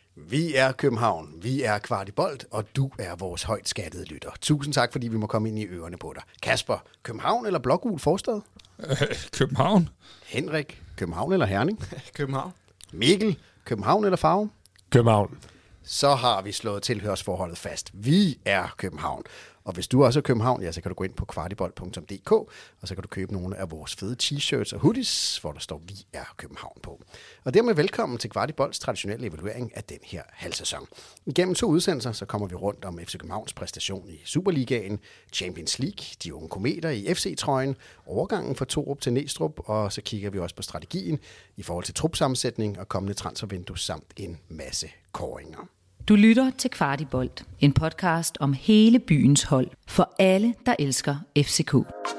Vi er København, vi er Kvartibolt, og du er vores højt skattede lytter. Tusind tak, fordi vi må komme ind i ørerne på dig. Kasper, København eller Blågul Forstad? København. Henrik, København eller Herning? København. Mikkel, København eller Farum? København. Så har vi slået tilhørsforholdet fast. Vi er København. Og hvis du også er København, ja, så kan du gå ind på kvartibolt.dk, og så kan du købe nogle af vores fede t-shirts og hoodies, hvor der står, vi er København på. Og dermed velkommen til Kvartibolts traditionelle evaluering af den her halvsæson. Igennem 2 udsendelser, så kommer vi rundt om FC Københavns præstation i Superligaen, Champions League, de unge kometer i FC-trøjen, overgangen fra Torup til Næstrup, og så kigger vi også på strategien i forhold til trupsammensætning og kommende transfervindue samt en masse kåringer. Du lytter til Kvartibolt, en podcast om hele byens hold, for alle, der elsker FCK.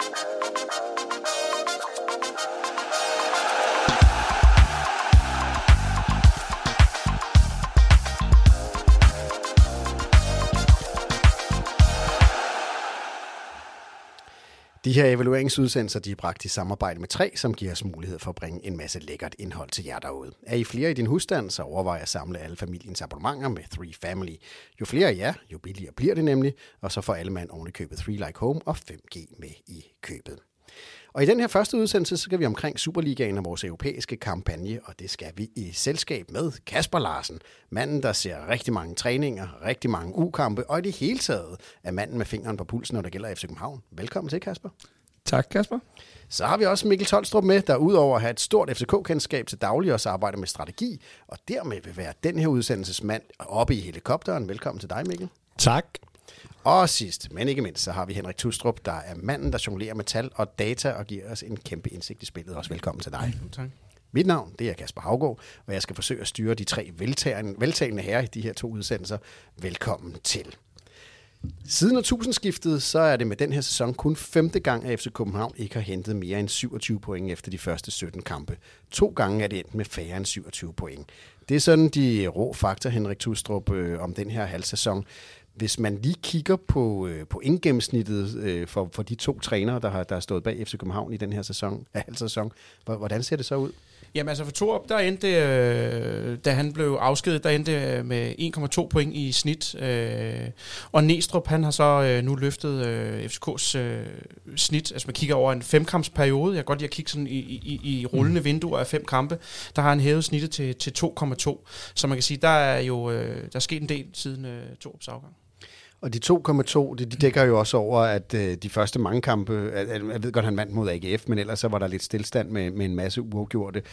De her evalueringsudsendelser, de er bragt i samarbejde med 3, som giver os mulighed for at bringe en masse lækkert indhold til jer derude. Er I flere i din husstand, så overvej at samle alle familiens abonnementer med 3 Family. Jo flere af jer, jo billigere bliver det nemlig, og så får alle mand oven i købet 3 Like Home og 5G med i købet. Og i den her første udsendelse, så skal vi omkring Superligaen og vores europæiske kampagne, og det skal vi i selskab med Kasper Larsen. Manden, der ser rigtig mange træninger, rigtig mange ukampe, og i det hele taget er manden med fingeren på pulsen, når det gælder FC København. Velkommen til, Kasper. Tak, Kasper. Så har vi også Mikkel Tolstrup med, der udover at have et stort FCK-kendskab til daglig også arbejder med strategi, og dermed vil være den her udsendelsesmand oppe i helikopteren. Velkommen til dig, Mikkel. Tak. Og sidst, men ikke mindst, så har vi Henrik Tustrup, der er manden, der jonglerer med tal og data og giver os en kæmpe indsigt i spillet. Også velkommen til dig. Tak. Mit navn, det er Kasper Haugaard, og jeg skal forsøge at styre de 3 veltalende herrer i de her 2 udsendelser. Velkommen til. Siden årtusindskiftet, så er det med den her sæson kun 5. gang, at FC København ikke har hentet mere end 27 point efter de første 17 kampe. 2 gange er det endt med færre end 27 point. Det er sådan de rå fakta, Henrik Tustrup, om den her halvsæson. Hvis man lige kigger på indgennemsnittet for de 2 trænere, der har stået bag FC København i den her halvsæson, hvordan ser det så ud? Jamen altså for Torup, der endte, da han blev afskediget, der endte med 1,2 point i snit. Og Næstrup, han har så nu løftet FCK's snit. Altså man kigger over en 5-kampsperiode. Jeg kan godt lide at kigge sådan i rullende vinduer af 5 kampe. Der har han hævet snittet til 2,2. Så man kan sige, der er sket en del siden Torups afgang. Og de 2,2, de dækker jo også over, at de første mange kampe, jeg ved godt, han vandt mod AGF, men ellers så var der lidt stillstand med en masse uafgjorte.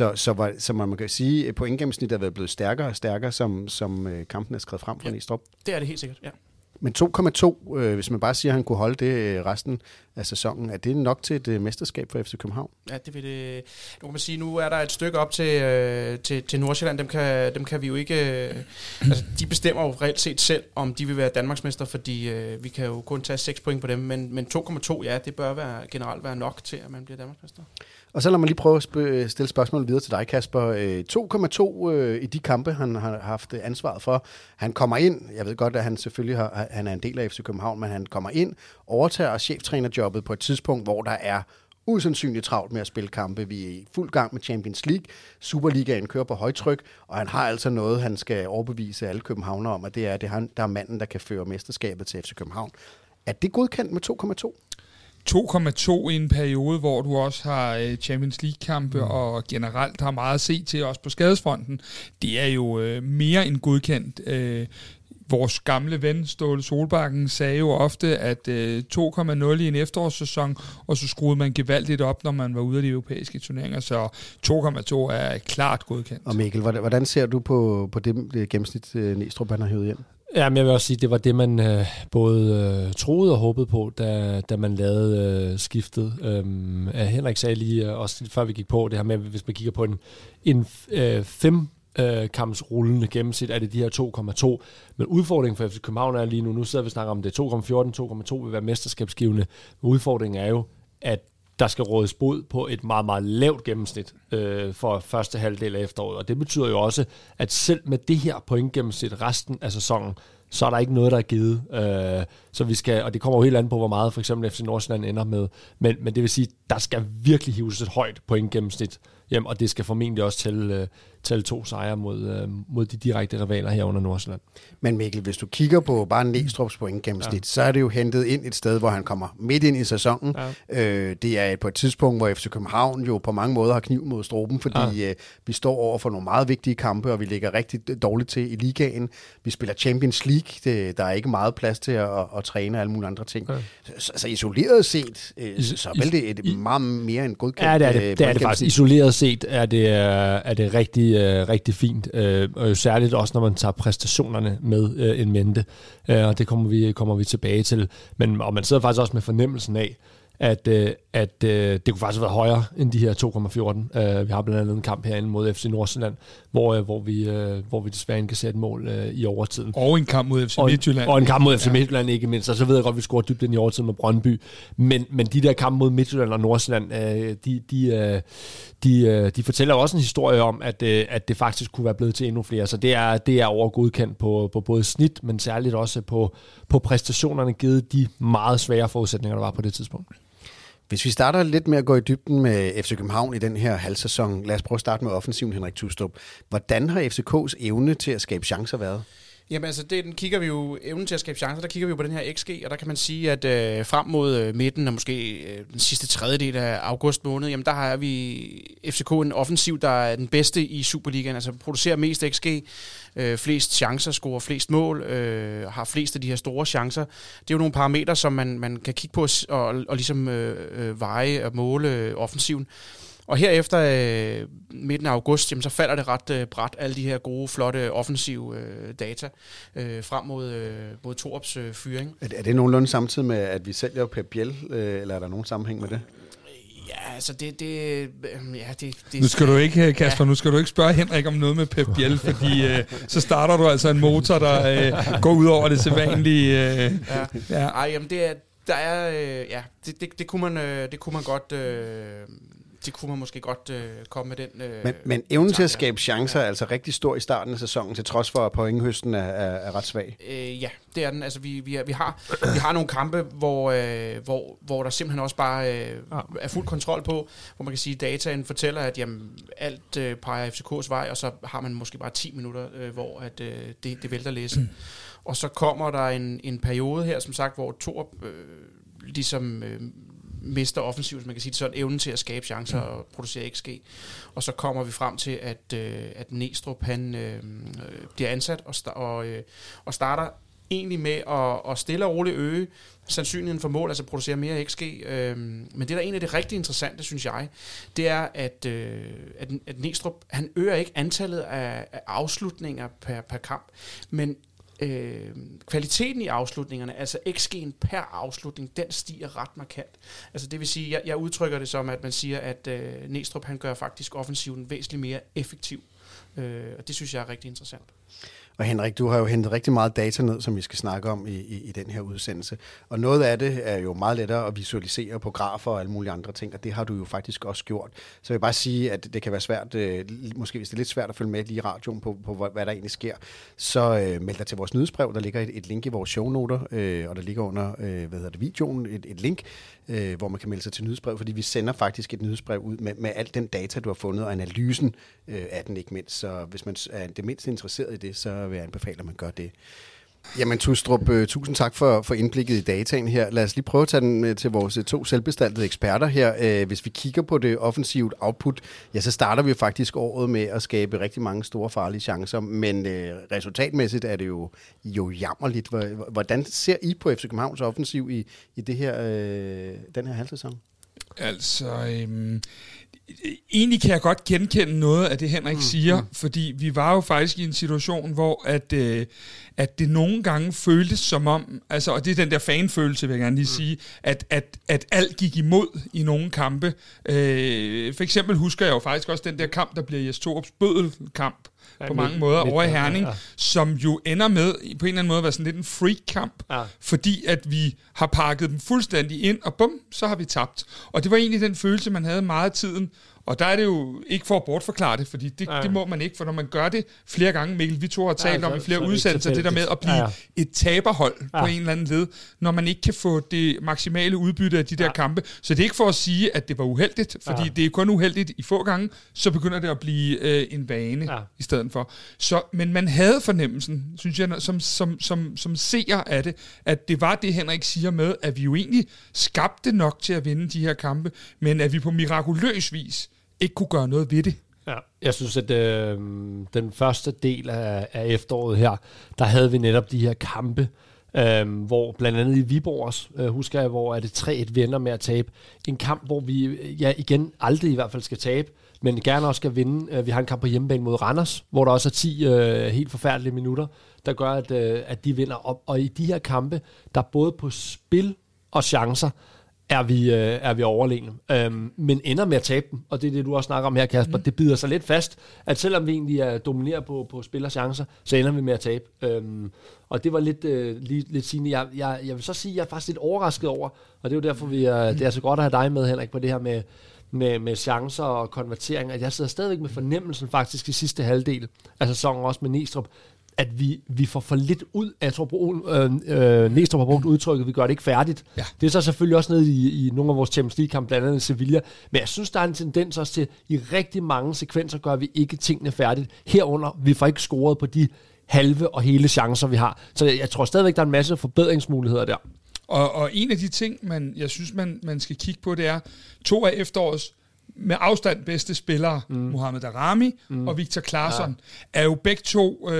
Så man kan sige, at pointgennemsnittet er blevet stærkere og stærkere, som kampen er skrevet frem fra Næstrup. Det er det helt sikkert, ja. Men 2,2, hvis man bare siger, at han kunne holde det resten af sæsonen, er det nok til et mesterskab for FC København? Ja, det vil det. Nu kan man sige, nu er der et stykke op til Nordsjælland. Dem kan vi jo ikke. Altså, de bestemmer jo reelt set selv, om de vil være Danmarksmester, fordi vi kan jo kun tage 6 point på dem. Men 2,2, ja, det bør generelt være nok til, at man bliver Danmarksmester. Og så lad mig lige prøve at stille spørgsmålet videre til dig, Kasper. 2,2 i de kampe, han har haft ansvaret for. Han kommer ind, jeg ved godt, at han selvfølgelig han er en del af FC København, men han kommer ind, overtager cheftrænerjobbet på et tidspunkt, hvor der er usandsynligt travlt med at spille kampe. Vi er i fuld gang med Champions League. Superligaen kører på højtryk, og han har altså noget, han skal overbevise alle københavnere om, at det er der er manden, der kan føre mesterskabet til FC København. Er det godkendt med 2,2? 2,2 i en periode, hvor du også har Champions League-kampe og generelt har meget at se til også på skadesfronten. Det er jo mere end godkendt. Vores gamle ven Ståle Solbakken sagde jo ofte, at 2,0 i en efterårssæson, og så skruede man gevaldigt op, når man var ude af de europæiske turneringer, så 2,2 er klart godkendt. Og Mikkel, hvordan ser du på det gennemsnit, Næstrup han har hævet hjem? Ja, men jeg vil også sige, det var det, man både troede og håbede på, da man lavede skiftet. Henrik sagde lige, også før vi gik på, det her med, hvis man kigger på en 5 kampsrullende gennemsnit, er det de her 2,2. Men udfordringen for FC København er lige nu sidder vi og snakker om det 2,14, 2,2 vil være mesterskabsgivende. Men udfordringen er jo, at der skal rådes bod på et meget, meget lavt gennemsnit for første halvdel af efteråret. Og det betyder jo også, at selv med det her pointgennemsnit resten af sæsonen, så er der ikke noget, der er givet. Så vi skal, og det kommer jo helt an på, hvor meget for eksempel FC Nordsjælland ender med. Men det vil sige, der skal virkelig hives et højt pointgennemsnit hjem, og det skal formentlig også tælle 2 sejre mod de direkte rivaler her under Nordsjælland. Men Mikkel, hvis du kigger på bare Næstrups pointgennemsnit, så er det jo hentet ind et sted, hvor han kommer midt ind i sæsonen. Ja. Det er på et tidspunkt, hvor FC København jo på mange måder har kniv mod struben, fordi vi står over for nogle meget vigtige kampe, og vi ligger rigtig dårligt til i ligaen. Vi spiller Champions League, der er ikke meget plads til at træne og alle mulige andre ting. Ja. Så isoleret set, så vel det et meget mere end godkendt. Ja, det er det faktisk. Isoleret set er det rigtig fint, og jo særligt også, når man tager præstationerne med en mente, og det kommer vi tilbage til. Og man sidder faktisk også med fornemmelsen af, at det kunne faktisk have været højere end de her 2,14. Vi har blandt andet en kamp herinde mod FC Nordsjælland, hvor vi desværre ikke kan sætte mål i overtiden. Og en kamp mod FC Midtjylland. Og en kamp mod FC Midtjylland ikke mindst. Og så ved jeg godt, at vi scorer dybt ind i overtiden med Brøndby. Men de der kampe mod Midtjylland og Nordsjælland, de fortæller også en historie om, at det faktisk kunne være blevet til endnu flere. Så det er overgodkendt på både snit, men særligt også på præstationerne, givet de meget svære forudsætninger, der var på det tidspunkt. Hvis vi starter lidt med at gå i dybden med FC København i den her halvsæson, lad os prøve at starte med offensiven, Henrik Tustrup. Hvordan har FCK's evne til at skabe chancer været? Jamen altså, den kigger vi jo, evnen til at skabe chancer, der kigger vi jo på den her XG, og der kan man sige, at frem mod midten og måske den sidste tredjedel af august måned, jamen der har vi FCK en offensiv, der er den bedste i Superligaen, altså producerer mest XG, flest chancer, scorer flest mål, har flest af de her store chancer. Det er jo nogle parametre, som man kan kigge på og ligesom veje og måle offensiven. Og herefter midten af august, jamen, så falder det ret brat, alle de her gode, flotte, offensive data frem mod Torups fyring. Er det nogenlunde samtidig med, at vi sælger Pep Biel, eller er der nogen sammenhæng med det? Ja, altså det nu skal du ikke, Kasper, nu skal du ikke spørge Henrik om noget med Pep Biel, fordi så starter du altså en motor, der går ud over det sædvanlige. Ej, jamen det kunne man godt. Det kunne man måske godt komme med den. Men evnen til at skabe chancer er altså rigtig stor i starten af sæsonen, til trods for, at pointhøsten er ret svag. Ja, det er den. Altså, vi har nogle kampe, hvor der simpelthen også bare er fuld kontrol på, hvor man kan sige, at dataen fortæller, at jamen, alt peger FCK's vej, og så har man måske bare 10 minutter, hvor at, det vælter læse. Og så kommer der en periode her, som sagt, hvor Torup ligesom mister offensivt, man kan sige det sådan, evnen til at skabe chancer og producere XG. Og så kommer vi frem til, at Næstrup han bliver ansat og starter egentlig med at stille og roligt øge sandsynligheden for mål, altså producere mere XG. Men det, der er en af det rigtig interessante, synes jeg, det er, at Næstrup, han øger ikke antallet af afslutninger per kamp, men kvaliteten i afslutningerne, altså XG'en per afslutning, den stiger ret markant. Altså det vil sige, jeg udtrykker det som, at man siger, at Næstrup, han gør faktisk offensiven væsentligt mere effektiv. Og det synes jeg er rigtig interessant. Og Henrik, du har jo hentet rigtig meget data ned, som vi skal snakke om i den her udsendelse. Og noget af det er jo meget lettere at visualisere på grafer og alle mulige andre ting, og det har du jo faktisk også gjort. Så jeg vil bare sige, at det kan være svært, måske hvis det er lidt svært at følge med lige i radioen på hvad der egentlig sker, så meld dig til vores nyhedsbrev. Der ligger et link i vores shownoter, og der ligger under videoen et link, hvor man kan melde sig til nyhedsbrev, fordi vi sender faktisk et nyhedsbrev ud med al den data, du har fundet, og analysen af den ikke mindst. Så hvis man er det mindst interesseret i det, så vil jeg anbefale, at man gør det. Jamen Tustrup, tusind tak for indblikket i dataen her. Lad os lige prøve at tage den til vores 2 selvbestaltede eksperter her. Hvis vi kigger på det offensivt output, ja, så starter vi faktisk året med at skabe rigtig mange store farlige chancer, men resultatmæssigt er det jo jammerligt. Hvordan ser I på FC Københavns offensiv i det her, den her halvsæson? Altså, egentlig kan jeg godt genkende noget af det, Henrik siger, fordi vi var jo faktisk i en situation, hvor at det nogle gange føltes som om, altså, og det er den der fanfølelse, vil jeg gerne lige sige, at alt gik imod i nogle kampe. For eksempel husker jeg jo faktisk også den der kamp, der bliver Jes Torups bødelkamp, på mange måder over i Herning, som jo ender med på en eller anden måde at være sådan lidt en freak-kamp, fordi at vi har pakket dem fuldstændig ind, og bum, så har vi tabt. Og det var egentlig den følelse, man havde meget af tiden, Og der er det jo ikke for at bortforklare det, fordi det må man ikke, for når man gør det flere gange, Mikkel, vi to har talt om i flere udsendelser, det der med at blive et taberhold på en eller anden led, når man ikke kan få det maksimale udbytte af de der kampe. Så det er ikke for at sige, at det var uheldigt, fordi det er kun uheldigt i få gange, så begynder det at blive en vane i stedet for. Så, men man havde fornemmelsen, synes jeg, som seer af det, at det var det, Henrik siger med, at vi jo egentlig skabte nok til at vinde de her kampe, men at vi på mirakuløs vis ikke kunne gøre noget ved det. Ja. Jeg synes, at den første del af efteråret her, der havde vi netop de her kampe, hvor blandt andet i Viborg også, husker jeg, hvor er det 3-1 vender med at tabe. En kamp, hvor vi igen aldrig i hvert fald skal tabe, men gerne også skal vinde. Vi har en kamp på hjemmebane mod Randers, hvor der også er 10 helt forfærdelige minutter, der gør, at de vinder op. Og i de her kampe, der både på spil og chancer, er vi overlegne. Men ender med at tabe dem, og det er det, du også snakker om her, Kasper. Det bider sig lidt fast, at selvom vi egentlig dominerer på spil og chancer, så ender vi med at tabe. Og det var lidt sigende. Jeg vil så sige, at jeg er faktisk lidt overrasket over, og det er jo derfor, det er så godt at have dig med, Henrik, på det her med chancer og konverteringer, at jeg sidder stadigvæk med fornemmelsen faktisk i sidste halvdel af sæsonen, også med Næstrup, at vi får for lidt ud. Jeg tror, Næstrup har brugt udtrykket, vi gør det ikke færdigt. Ja. Det er så selvfølgelig også nede i nogle af vores Champions League-kampe, blandt andet i Sevilla. Men jeg synes, der er en tendens også til, i rigtig mange sekvenser gør vi ikke tingene færdigt. Herunder, vi får ikke scoret på de halve og hele chancer, vi har. Så jeg tror stadigvæk, der er en masse forbedringsmuligheder der. Og en af de ting, jeg synes, man skal kigge på, det er 2 af efterårets med afstand bedste spillere, Mohamed Daramy og Victor Claesson, er jo begge to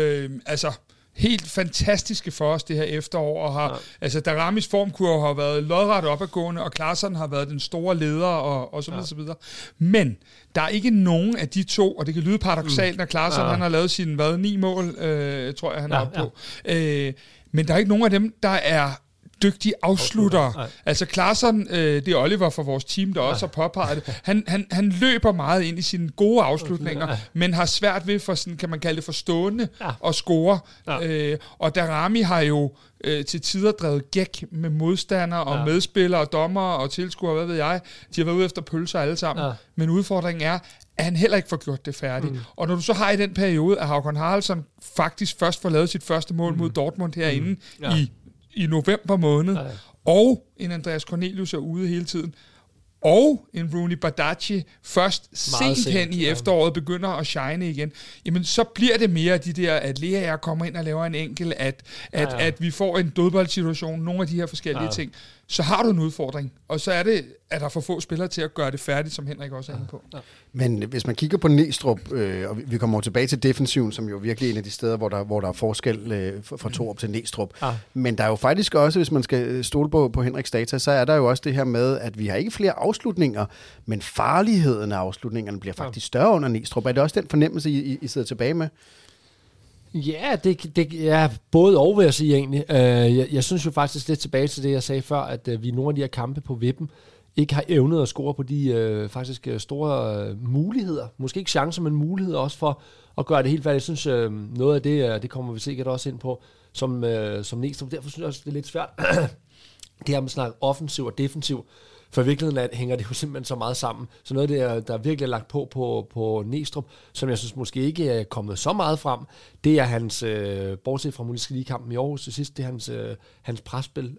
helt fantastiske for os det her efterår, og har, altså Daramys formkurve har været lodret opadgående, og Claesson har været den store leder, og så videre, så videre. Men der er ikke nogen af de to, og det kan lyde paradoksalt, når Claesson han har lavet sine 9 mål, tror jeg, han er oppe på. Men der er ikke nogen af dem, der er dygtige afsluttere. Altså Claesson, det er Oliver fra vores team, der også har påpeget det. Han løber meget ind i sine gode afslutninger, men har svært ved for sådan, kan man kalde det, forstående at score. Og Daramy har jo til tider drevet gæk med modstandere og medspillere og dommere og tilskuere, hvad ved jeg. De har været ude efter pølser alle sammen. Men udfordringen er, at han heller ikke får gjort det færdigt. Og når du så har i den periode, at Håkon Haraldsson faktisk først får lavet sit første mål mod Dortmund herinde i november måned, og en Andreas Cornelius er ude hele tiden, og en Rooney Badaci først sent hen i efteråret begynder at shine igen, jamen så bliver det mere de der, at Lea og jeg kommer ind og laver en enkel, at vi får en dødboldsituation, nogle af de her forskellige ting. Så har du en udfordring, og så er det, at der for få spillere til at gøre det færdigt, som Henrik også er inde på. Men hvis man kigger på Næstrup, og vi kommer over tilbage til defensiven, som jo virkelig er en af de steder, hvor der er forskel fra Torup til Næstrup. Men der er jo faktisk også, hvis man skal stole på Henriks data, så er der jo også det her med, at vi har ikke flere afslutninger, men farligheden af afslutningerne bliver faktisk større under Næstrup. Er det også den fornemmelse, I sidder tilbage med? Ja, det er både og, vil jeg sige egentlig. Jeg synes jo faktisk lidt tilbage til det, jeg sagde før, at vi i nogle af de her kampe på vippen ikke har evnet at score på de faktisk store muligheder. Måske ikke chancer, men muligheder også for at gøre det helt færdigt. Jeg synes, noget af det kommer vi sikkert også ind på som Næstrup. Derfor synes jeg også, det er lidt svært. Det her med at snakke offensiv og defensiv. For i virkeligheden hænger det jo simpelthen så meget sammen. Så noget af det, der virkelig er lagt på Næstrup, som jeg synes måske ikke er kommet så meget frem, det er hans, bortset fra Municipal-kampen i Aarhus til sidst, det er hans presspil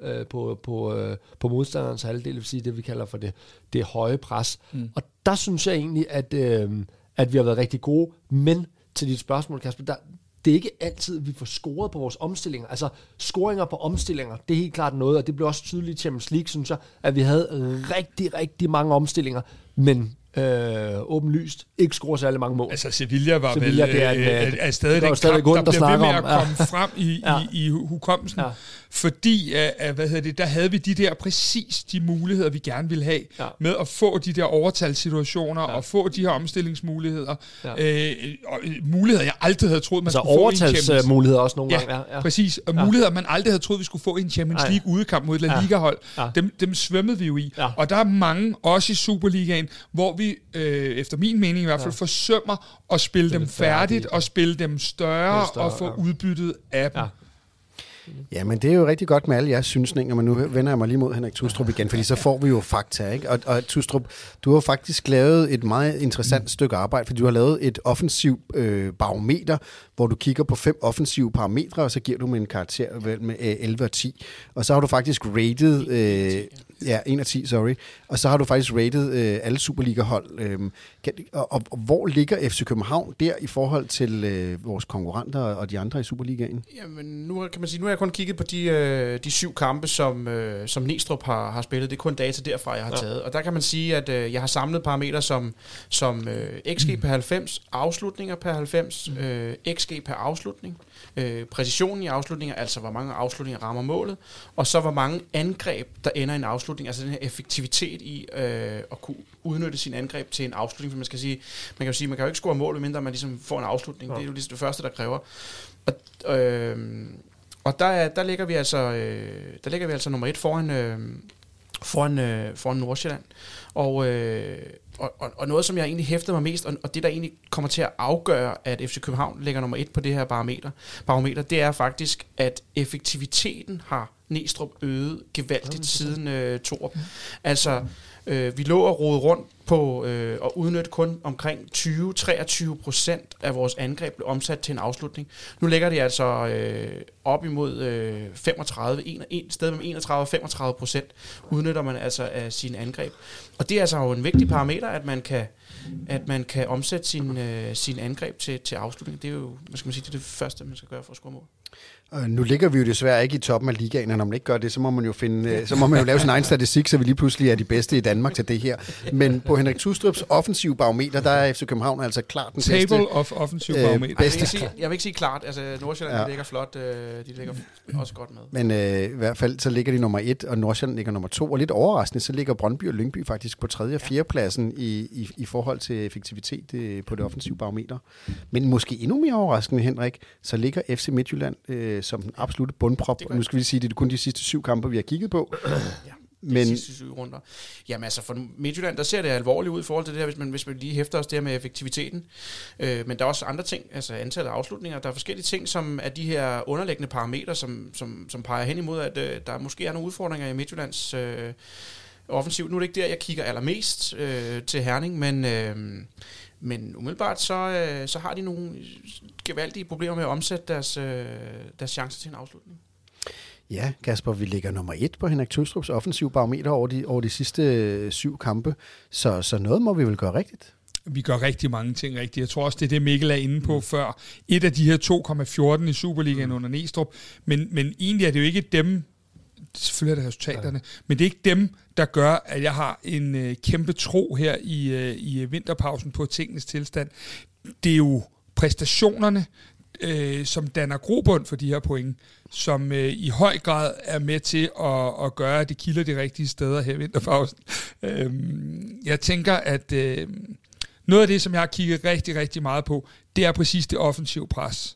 på modstanderens halvdel, det vil sige det, vi kalder for det høje pres. Og der synes jeg egentlig, at vi har været rigtig gode, men til dit spørgsmål, Kasper, det er ikke altid, vi får scoret på vores omstillinger. Altså, scoringer på omstillinger, det er helt klart noget, og det blev også tydeligt i Champions League, synes jeg, at vi havde rigtig, rigtig mange omstillinger, men åbenlyst ikke scorer særlig mange mål. Altså, Sevilla var er stadig den kamp, der bliver ved med at komme frem i hukommelsen, fordi, der havde vi de der præcis de muligheder, vi gerne ville have, med at få de der overtalssituationer, og få de her omstillingsmuligheder. Muligheder, jeg aldrig havde troet, man skulle få i en Champions League. Overtalsmuligheder også nogle gange. Ja, præcis. Og muligheder, man aldrig havde troet, vi skulle få i en Champions League udekamp mod et La Liga-hold. Dem svømmede vi jo i. Og der er mange, også i Superligaen, hvor vi, efter min mening i hvert fald, forsømmer at spille dem færdigt, og spille dem større, og få udbyttet af dem. Ja, men det er jo rigtig godt med alle jeres synsninger, men nu vender jeg mig lige mod Henrik Tustrup igen, fordi så får vi jo fakta, ikke? Og Tustrup, du har faktisk lavet et meget interessant stykke arbejde, fordi du har lavet et offensivt barometer, hvor du kigger på 5 offensive parametre, og så giver du med en karakter med 11 og 10. Og så har du faktisk rated... 1 af 10, sorry. Og så har du faktisk rated alle Superliga-hold. Og hvor ligger FC København der i forhold til vores konkurrenter og de andre i Superligaen? Jamen, nu kan man sige, nu har jeg kun kigget på de 7 kampe, som Næstrup har spillet. Det er kun data derfra, jeg har taget. Og der kan man sige, at jeg har samlet parametre som XG per 90, afslutninger per 90, XG per afslutning, præcisionen i afslutninger, altså hvor mange afslutninger rammer målet, og så hvor mange angreb, der ender i en afslutning, altså den her effektivitet i at kunne udnytte sin angreb til en afslutning, for man kan jo ikke score mål, medmindre man ligesom får en afslutning. Det er jo ligesom det første, der kræver. Og der ligger vi altså nummer 1 foran Nordsjælland. Og noget, som jeg egentlig hæftede mig mest, og det, der egentlig kommer til at afgøre, at FC København ligger nummer 1 på det her barometer, det er faktisk, at effektiviteten har Næstrup øget gevaldigt siden Torup. Altså, vi lå og rode rundt på at udnytte kun omkring 20-23% af vores angreb blev omsat til en afslutning. Nu ligger det altså op imod 35, et sted mellem 31 og 35% udnytter man altså af sine angreb. Og det er altså jo en vigtig parameter, at man kan omsætte sin angreb til afslutning. Det er jo, hvad skal man sige, det er det første, man skal gøre for at score mål. Nu ligger vi jo desværre ikke i toppen af ligaen, og når man ikke gør det, så må man jo lave sin egen statistik, så vi lige pludselig er de bedste i Danmark til det her. Men på Henrik Tustrups offensive barometer, der er FC København altså klart den bedste. Table of offensive barometer. Jeg vil ikke sige klart, altså Nordsjælland ligger flot, de ligger også godt med. Men i hvert fald så ligger de nummer 1, og Nordsjælland ligger nummer 2, og lidt overraskende, så ligger Brøndby og Lyngby faktisk på 3. og 4. pladsen i forhold til effektivitet på det offensive barometer. Men måske endnu mere overraskende, Henrik, så ligger FC Midtjylland som den absolutte bundprop. Nu skal vi sige, det er kun de sidste 7 kampe, vi har kigget på. Men sidste 7 runder. Jamen altså for Midtjylland, der ser det alvorligt ud i forhold til det her, hvis man lige hæfter os der med effektiviteten. Men der er også andre ting, altså antallet af afslutninger. Der er forskellige ting, som er de her underliggende parametre, som peger hen imod, at der måske er nogle udfordringer i Midtjyllands offensivt. Nu er det ikke der, jeg kigger allermest til Herning, men umiddelbart så har de nogle gevaldige problemer med at omsætte deres chancer til en afslutning. Ja, Kasper, vi ligger nummer 1 på Henrik Tustrups offensive barometer over de sidste 7 kampe, så noget må vi vel gøre rigtigt. Vi gør rigtig mange ting rigtigt. Jeg tror også, det er det, Mikkel er inde på før. Et af de her 2,14 i Superligaen under Næstrup, men egentlig er det jo ikke dem, selvfølgelig er det resultaterne, men det er ikke dem, der gør, at jeg har en kæmpe tro her i vinterpausen på tingenes tilstand. Det er jo præstationerne, som danner grobund for de her point, som i høj grad er med til at gøre, at det kilder de rigtige steder her i vinterpausen. Jeg tænker, at noget af det, som jeg har kigget rigtig, rigtig meget på, det er præcis det offensive pres.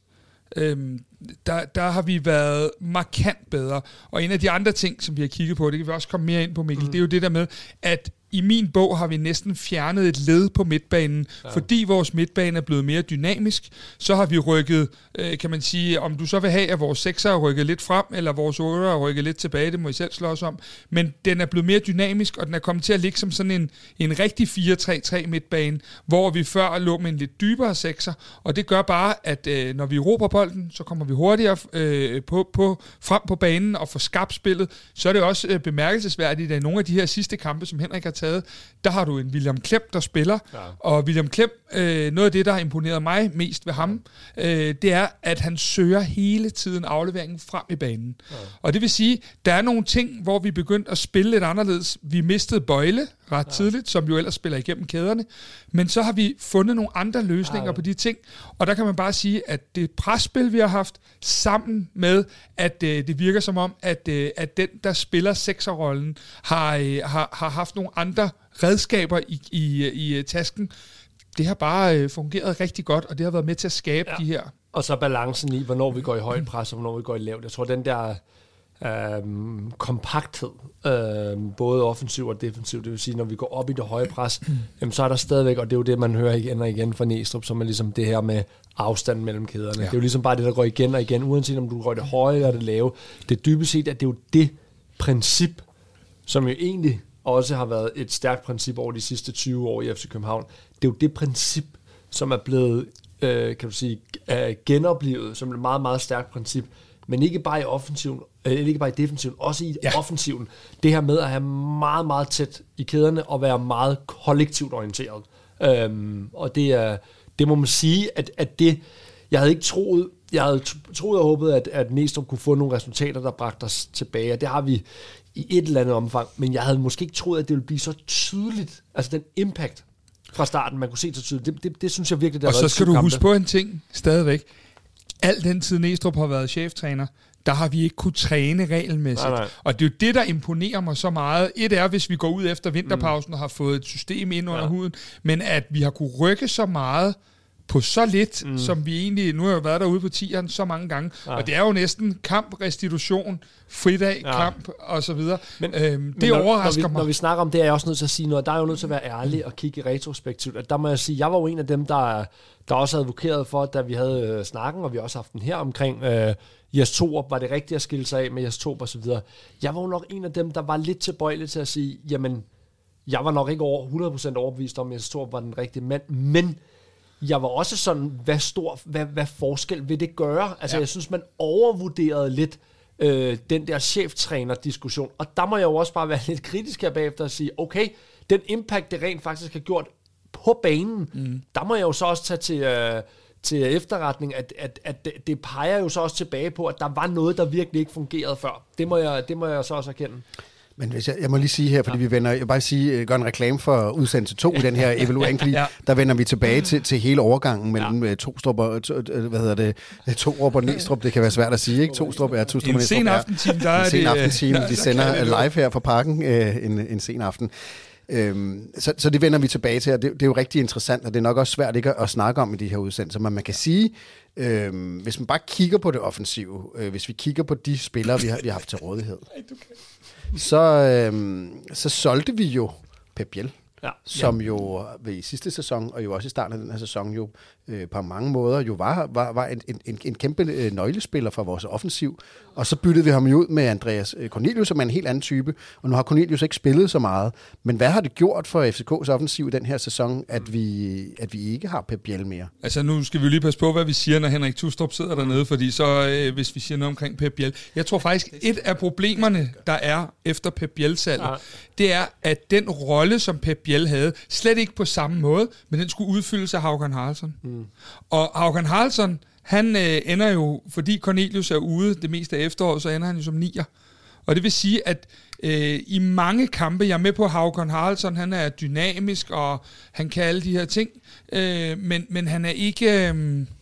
Der har vi været markant bedre. Og en af de andre ting, som vi har kigget på, det kan vi også komme mere ind på, Mikkel, det er jo det der med, at i min bog har vi næsten fjernet et led på midtbanen, fordi vores midtbane er blevet mere dynamisk. Så har vi rykket, kan man sige, om du så vil have, at vores 6'er er rykket lidt frem, eller vores 8'er er rykket lidt tilbage, det må I selv slås om. Men den er blevet mere dynamisk, og den er kommet til at ligge som sådan en rigtig 4-3-3 midtbane, hvor vi før lå med en lidt dybere 6'er. Og det gør bare, at når vi råber bolden, så kommer vi hurtigere frem på banen og får skabt spillet. Så er det også bemærkelsesværdigt, at nogle af de her sidste kampe, som Henrik har taget, der har du en William Klem, der spiller. Ja. Og William Klem, noget af det, der har imponeret mig mest ved ham, det er, at han søger hele tiden afleveringen frem i banen. Ja. Og det vil sige, der er nogle ting, hvor vi begyndte at spille lidt anderledes. Vi mistede Bøjle ret tidligt, som jo ellers spiller igennem kæderne. Men så har vi fundet nogle andre løsninger på de ting. Og der kan man bare sige, at det presspil, vi har haft, sammen med, at det virker som om, at den, der spiller sekserrollen, har haft nogle andre redskaber i tasken. Det har bare fungeret rigtig godt, og det har været med til at skabe de her. Og så balancen i, hvornår vi går i højt pres, og hvornår vi går i lavt. Jeg tror, den der kompakthed, både offensiv og defensiv. Det vil sige, når vi går op i det høje pres, jamen, så er der stadigvæk, og det er jo det, man hører igen og igen fra Næstrup, som er ligesom det her med afstanden mellem kæderne. Ja. Det er jo ligesom bare det, der går igen og igen, uanset om du går det høje eller det lave. Det er dybest set, at det er jo det princip, som jo egentlig også har været et stærkt princip over de sidste 20 år i FC København. Det er jo det princip, som er blevet, kan du sige, genoplevet som et meget, meget stærkt princip, men ikke bare i offensiven, ikke bare i defensiven, også i offensiven. Det her med at have meget, meget tæt i kæderne og være meget kollektivt orienteret. Og det må man sige, at det, jeg havde troet og håbet, at Næstrup kunne få nogle resultater, der bragte os tilbage, og det har vi i et eller andet omfang, men jeg havde måske ikke troet, at det ville blive så tydeligt, altså den impact fra starten, man kunne se så tydeligt. Det synes jeg virkelig, der og så skal du huske på en ting stadigvæk. Al den tid Næstrup har været cheftræner, der har vi ikke kunne træne regelmæssigt. Nej. Og det er jo det, der imponerer mig så meget. Et er, hvis vi går ud efter vinterpausen og har fået et system ind under huden, men at vi har kunne rykke så meget på så lidt, som vi egentlig, nu har jeg jo været derude på 10'eren så mange gange, og det er jo næsten kamp, restitution, fridag, kamp og så videre. Men det overrasker mig. Når vi snakker om det, er jeg også nødt til at sige noget. Der er jo nødt til at være ærlig og kigge i retrospektivt. Der må jeg sige, jeg var jo en af dem, der også advokerede for, da vi havde snakken, og vi også haft den her omkring Jes Torup, var det rigtigt at skille sig af med Jes Torup og så videre. Jeg var jo nok en af dem, der var lidt tilbøjelig til at sige, jamen, jeg var nok ikke 100% overbevist om, at Jes Torup var den rigtige mand, men jeg var også sådan, hvad forskel vil det gøre? Altså, jeg synes, man overvurderede lidt den der cheftræner-diskussion. Og der må jeg jo også bare være lidt kritisk her bagefter og sige, okay, den impact, det rent faktisk har gjort på banen, der må jeg jo så også tage til efterretning, at det peger jo så også tilbage på, at der var noget, der virkelig ikke fungerede før. Det må jeg så også erkende. Men hvis jeg må lige sige her, fordi jeg vil bare gør en reklame for udsendelse 2 i den her evaluering, fordi der vender vi tilbage til hele overgangen mellem Tostrup og Torup og Næstrup. Det kan være svært at sige, ikke? Tostrup er Tostrup og Næstrup. En sen aftentime, der er det. En sen aftentime, de sender live her fra Parken en sen aften. Så det vender vi tilbage til, og det er jo rigtig interessant, og det er nok også svært ikke at snakke om i de her udsendelser, men man kan sige, hvis man bare kigger på det offensive, hvis vi kigger på de spillere, vi har haft til rådighed, så solgte vi jo Pep Biel, som jo i sidste sæson, og jo også i starten af den her sæson, jo på mange måder jo var en kæmpe nøglespiller for vores offensiv. Og så byttede vi ham ud med Andreas Cornelius, som er en helt anden type, og nu har Cornelius ikke spillet så meget. Men hvad har det gjort for FCK's offensiv i den her sæson, at vi ikke har Pep Biel mere? Altså nu skal vi jo lige passe på, hvad vi siger, når Henrik Tustrup sidder dernede, fordi så hvis vi siger noget omkring Pep Biel. Jeg tror faktisk, et af problemerne, der er efter Pep Biel-salget, det er, at den rolle, som Pep Biel havde, slet ikke på samme måde, men den skulle udfyldes af Haugan Haraldsson. Og Haugan Haraldsson, han ender jo, fordi Cornelius er ude det meste af efteråret, så ender han jo som 9'er. Og det vil sige, at i mange kampe, jeg er med på Haugan Haraldsson, han er dynamisk, og han kan alle de her ting, men han er ikke...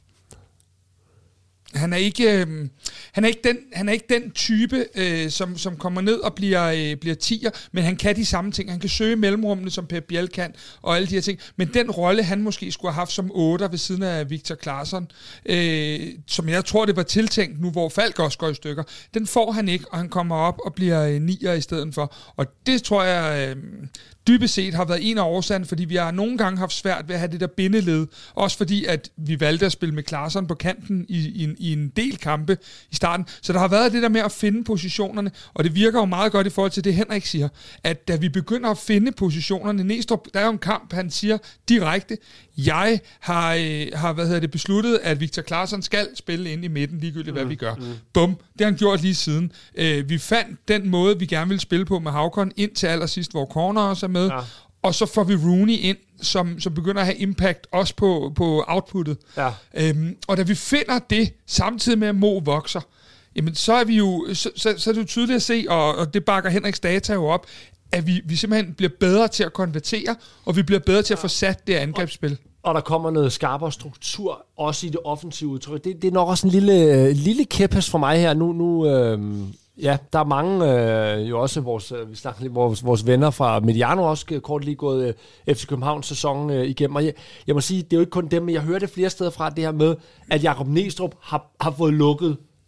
Han er ikke den type, som kommer ned og bliver 10'er, men han kan de samme ting. Han kan søge mellemrummene, som Pep Biel kan, og alle de her ting. Men den rolle, han måske skulle have haft som 8'er ved siden af Victor Claesson, som jeg tror, det var tiltænkt nu, hvor Falk også går i stykker, den får han ikke, og han kommer op og bliver 9'er i stedet for. Og det tror jeg... dybest set har været en af årsagerne, fordi vi har nogle gange haft svært ved at have det der bindeled. Også fordi, at vi valgte at spille med Claesson på kanten i en del kampe i starten. Så der har været det der med at finde positionerne, og det virker jo meget godt i forhold til det, Henrik siger, at da vi begynder at finde positionerne, Næstrup, der er jo en kamp, han siger direkte, jeg har besluttet, at Victor Claesson skal spille ind i midten, ligegyldigt hvad vi gør. Bum, det har han gjort lige siden. Vi fandt den måde, vi gerne ville spille på med Haugan ind til allersidst, hvor corner også er med, og så får vi Rooney ind, som begynder at have impact også på outputtet. Og da vi finder det, samtidig med at Mo vokser, jamen så er vi jo, så er det jo tydeligt at se, og det bakker Henriks data jo op, at vi simpelthen bliver bedre til at konvertere, og vi bliver bedre til at få sat det angrebsspil. Og der kommer noget skarpere struktur, også i det offensive udtryk. Det er nok også en lille kæphest for mig her. Nu der er mange, jo også vores venner fra Mediano, også kort lige gået FC Københavns sæson igennem. Og jeg må sige, det er jo ikke kun dem, men jeg hører det flere steder fra, det her med, at Jakob Næstrup har fået lukket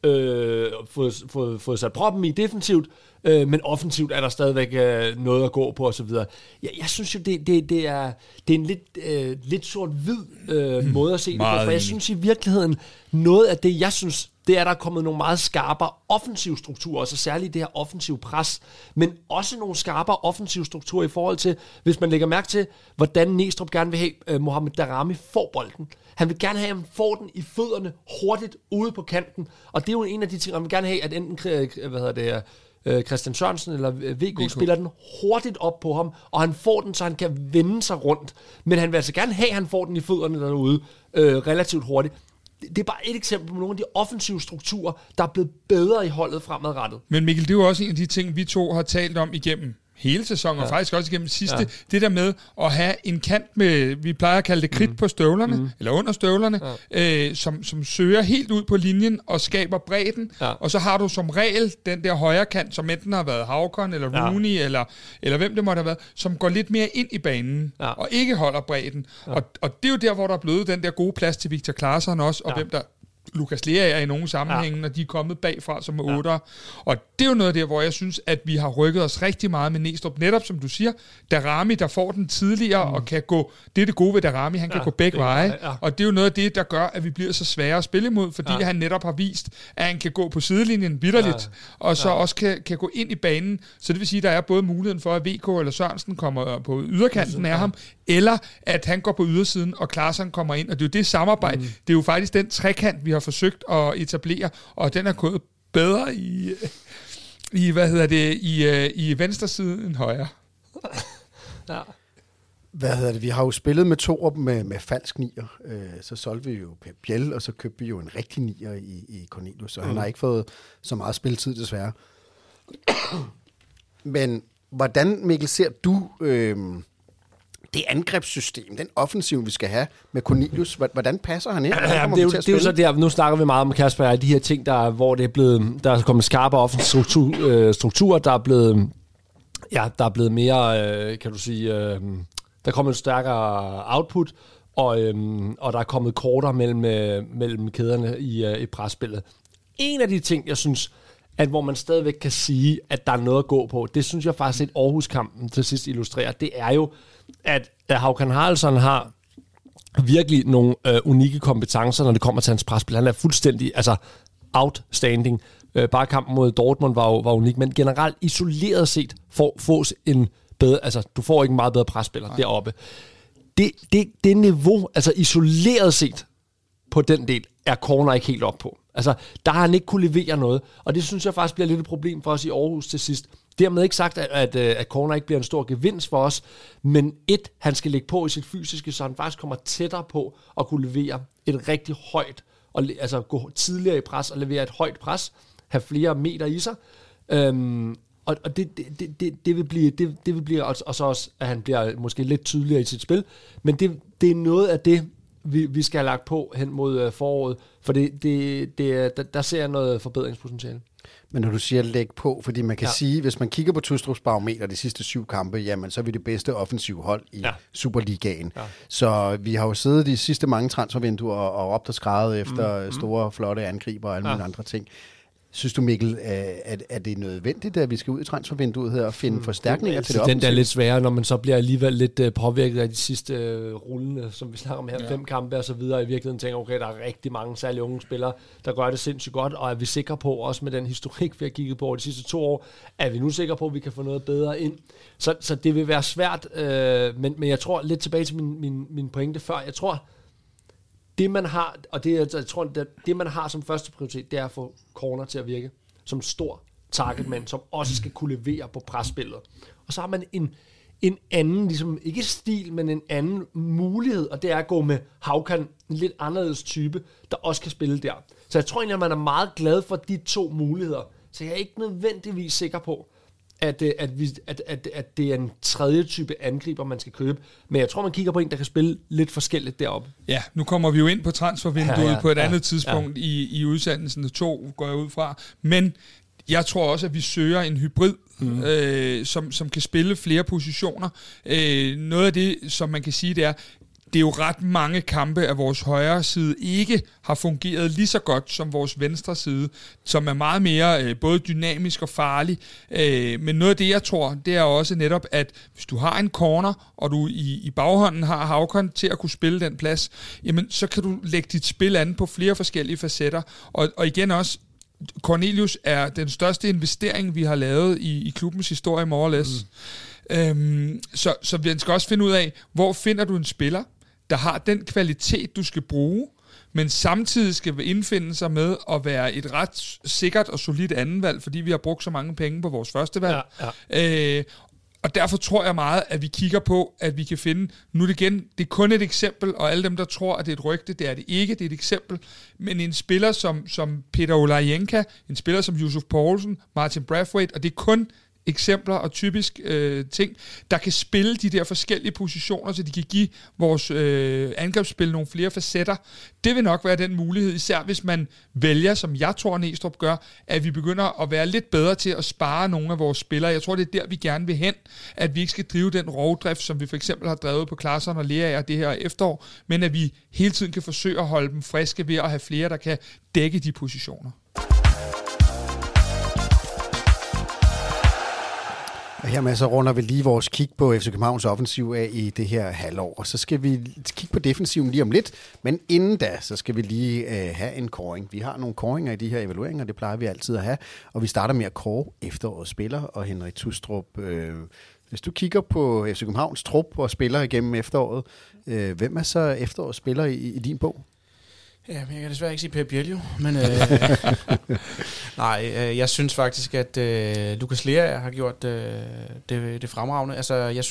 fået sat proppen i defensivt, men offensivt er der stadigvæk noget at gå på osv. Jeg synes jo, det er en lidt sort-hvid måde at se det på, for jeg synes i virkeligheden, noget af det, jeg synes, det er, at der er kommet nogle meget skarpere offensive strukturer, og så særligt det her offensive pres, men også nogle skarpere offensive strukturer i forhold til, hvis man lægger mærke til, hvordan Næstrup gerne vil have Mohamed Daramy får bolden. Han vil gerne have, at han får den i fødderne hurtigt ude på kanten, og det er jo en af de ting, han vil gerne have, at enten Christian Sørensen eller VK spiller den hurtigt op på ham, og han får den, så han kan vende sig rundt. Men han vil altså gerne have, at han får den i fødderne derude relativt hurtigt. Det er bare et eksempel på nogle af de offensive strukturer, der er blevet bedre i holdet fremadrettet. Men Mikkel, det er jo også en af de ting, vi to har talt om igennem hele sæsonen, og faktisk også igennem sidste, det der med at have en kant med, vi plejer at kalde det kridt på støvlerne, eller under støvlerne, som søger helt ud på linjen og skaber bredden, og så har du som regel den der højre kant, som enten har været Haugen eller Rooney, eller hvem det måtte have været, som går lidt mere ind i banen, og ikke holder bredden. Og det er jo der, hvor der er blevet den der gode plads til Victor Claesson også, og hvem der Lukas Lea er i nogle sammenhænge, når de er kommet bagfra som 8'er. Og det er jo noget der, hvor jeg synes, at vi har rykket os rigtig meget med Næstrup. Netop som du siger, Daramy, der får den tidligere og kan gå, det er det gode ved Daramy, han kan gå begge veje. Og det er jo noget af det, der gør, at vi bliver så svære at spille imod, fordi han netop har vist, at han kan gå på sidelinjen vitterligt, og så også kan gå ind i banen. Så det vil sige, at der er både muligheden for, at VK eller Sørensen kommer på yderkanten af ham, eller at han går på ydersiden, og Claesson kommer ind. Og det er jo det samarbejde. Det er jo faktisk den trekant, vi har forsøgt at etablere, og den er gået bedre i venstre side end højre. Vi har jo spillet med Torup med falsk nier. Så solgte vi jo Pep Biel, og så købte vi jo en rigtig nier i Cornelius, så han har ikke fået så meget spilletid desværre. Men hvordan, Mikkel, ser du det angrebssystem, den offensiv, vi skal have med Cornelius, hvordan passer han ind? Det er jo så der, nu snakker vi meget om Kasper, de her ting, hvor det er blevet, der er kommet skarpere offensiv struktur, der er blevet mere, kan du sige, der er kommet en stærkere output, og der er kommet korter mellem kæderne i presspillet. En af de ting, jeg synes, at hvor man stadigvæk kan sige, at der er noget at gå på, det synes jeg faktisk, at Aarhus-kampen til sidst illustrerer, det er jo, at Haugen Haraldsson har virkelig nogle unikke kompetencer, når det kommer til hans presspil. Han er fuldstændig outstanding. Bare kampen mod Dortmund var unik, men generelt isoleret set fås en bedre, du får ikke en meget bedre presspiller deroppe. Det niveau, isoleret set på den del, er Corner ikke helt op på. Der har han ikke kunne levere noget, og det synes jeg faktisk bliver lidt et problem for os i Aarhus til sidst. Dermed ikke sagt, at Corner ikke bliver en stor gevinst for os, men han skal lægge på i sit fysiske, så han faktisk kommer tættere på at kunne levere et rigtig højt, og gå tidligere i pres og levere et højt pres, have flere meter i sig, og det vil blive og så også, at han bliver måske lidt tydeligere i sit spil, men det er noget af det, vi skal have lagt på hen mod foråret, for der ser jeg noget forbedringspotentiale. Men når du siger læg på, fordi man kan sige, hvis man kigger på Tustrups barometer de sidste 7 kampe, jamen så er vi det bedste offensive hold i Superligaen. Ja. Så vi har jo siddet de sidste mange transfervinduer og råbt og skreget efter store, flotte angriber og alle mulige andre ting. Synes du, Mikkel, er det nødvendigt, at vi skal ud i transfervinduet her og finde forstærkninger til det offensive? Den der er lidt sværere, når man så bliver alligevel lidt påvirket af de sidste rullende, som vi snakker om her, 5 kampe og så videre. I virkeligheden tænker okay, der er rigtig mange særlige unge spillere, der gør det sindssygt godt, og er vi sikre på, også med den historik, vi har kigget på over de sidste 2 år, er vi nu sikre på, at vi kan få noget bedre ind. Så det vil være svært, men jeg tror lidt tilbage til min pointe før, jeg tror, det man har, og det man har som første prioritet, det er at få Corner til at virke som stor targetmand, som også skal kunne levere på presspillet. Og så har man en anden, ligesom ikke stil, men en anden mulighed, og det er at gå med Haugen, en lidt anderledes type, der også kan spille der. Så jeg tror egentlig, at man er meget glad for de 2 muligheder. Så jeg er ikke nødvendigvis sikker på, at det er en tredje type angriber, man skal købe. Men jeg tror, man kigger på en, der kan spille lidt forskelligt deroppe. Ja, nu kommer vi jo ind på transfervinduet på et andet tidspunkt i udsendelsen. 2 går jeg ud fra. Men jeg tror også, at vi søger en hybrid, som kan spille flere positioner. Noget af det, som man kan sige, det er, det er jo ret mange kampe, at vores højre side ikke har fungeret lige så godt som vores venstre side, som er meget mere både dynamisk og farlig. Men noget af det, jeg tror, det er også netop, at hvis du har en corner, og du i baghånden har Haucon til at kunne spille den plads, jamen så kan du lægge dit spil an på flere forskellige facetter. Og igen også, Cornelius er den største investering, vi har lavet i klubbens historie, more or less. Så vi skal også finde ud af, hvor finder du en spiller, der har den kvalitet, du skal bruge, men samtidig skal indfinde sig med at være et ret sikkert og solidt andenvalg, fordi vi har brugt så mange penge på vores første valg. Ja. Og derfor tror jeg meget, at vi kigger på, at vi kan finde, nu det igen, det er kun et eksempel, og alle dem, der tror, at det er et rygte, det er det ikke, det er et eksempel, men en spiller som Peter Olajenka, en spiller som Yusuf Poulsen, Martin Brathwaite, og det er kun eksempler og typisk ting, der kan spille de der forskellige positioner, så de kan give vores angrebsspil nogle flere facetter. Det vil nok være den mulighed, især hvis man vælger, som jeg tror, Næstrup gør, at vi begynder at være lidt bedre til at spare nogle af vores spillere. Jeg tror, det er der, vi gerne vil hen, at vi ikke skal drive den rovdrift, som vi for eksempel har drevet på Klarsson og Lea det her efterår, men at vi hele tiden kan forsøge at holde dem friske ved at have flere, der kan dække de positioner. Og hermed så runder vi lige vores kig på FC Københavns offensiv af i det her halvår. Og så skal vi kigge på defensiven lige om lidt. Men inden da, så skal vi lige have en kåring. Vi har nogle kåringer i de her evalueringer, det plejer vi altid at have. Og vi starter med at kåre efterårets spiller. Og Henrik Tustrup, hvis du kigger på FC Københavns trup og spillere igennem efteråret, hvem er så efterårets spiller i din bog? Ja, men jeg kan desværre ikke sige Per Bjeljo, men nej, jeg synes faktisk, at Lukas Lea har gjort det fremragende. Altså, jeg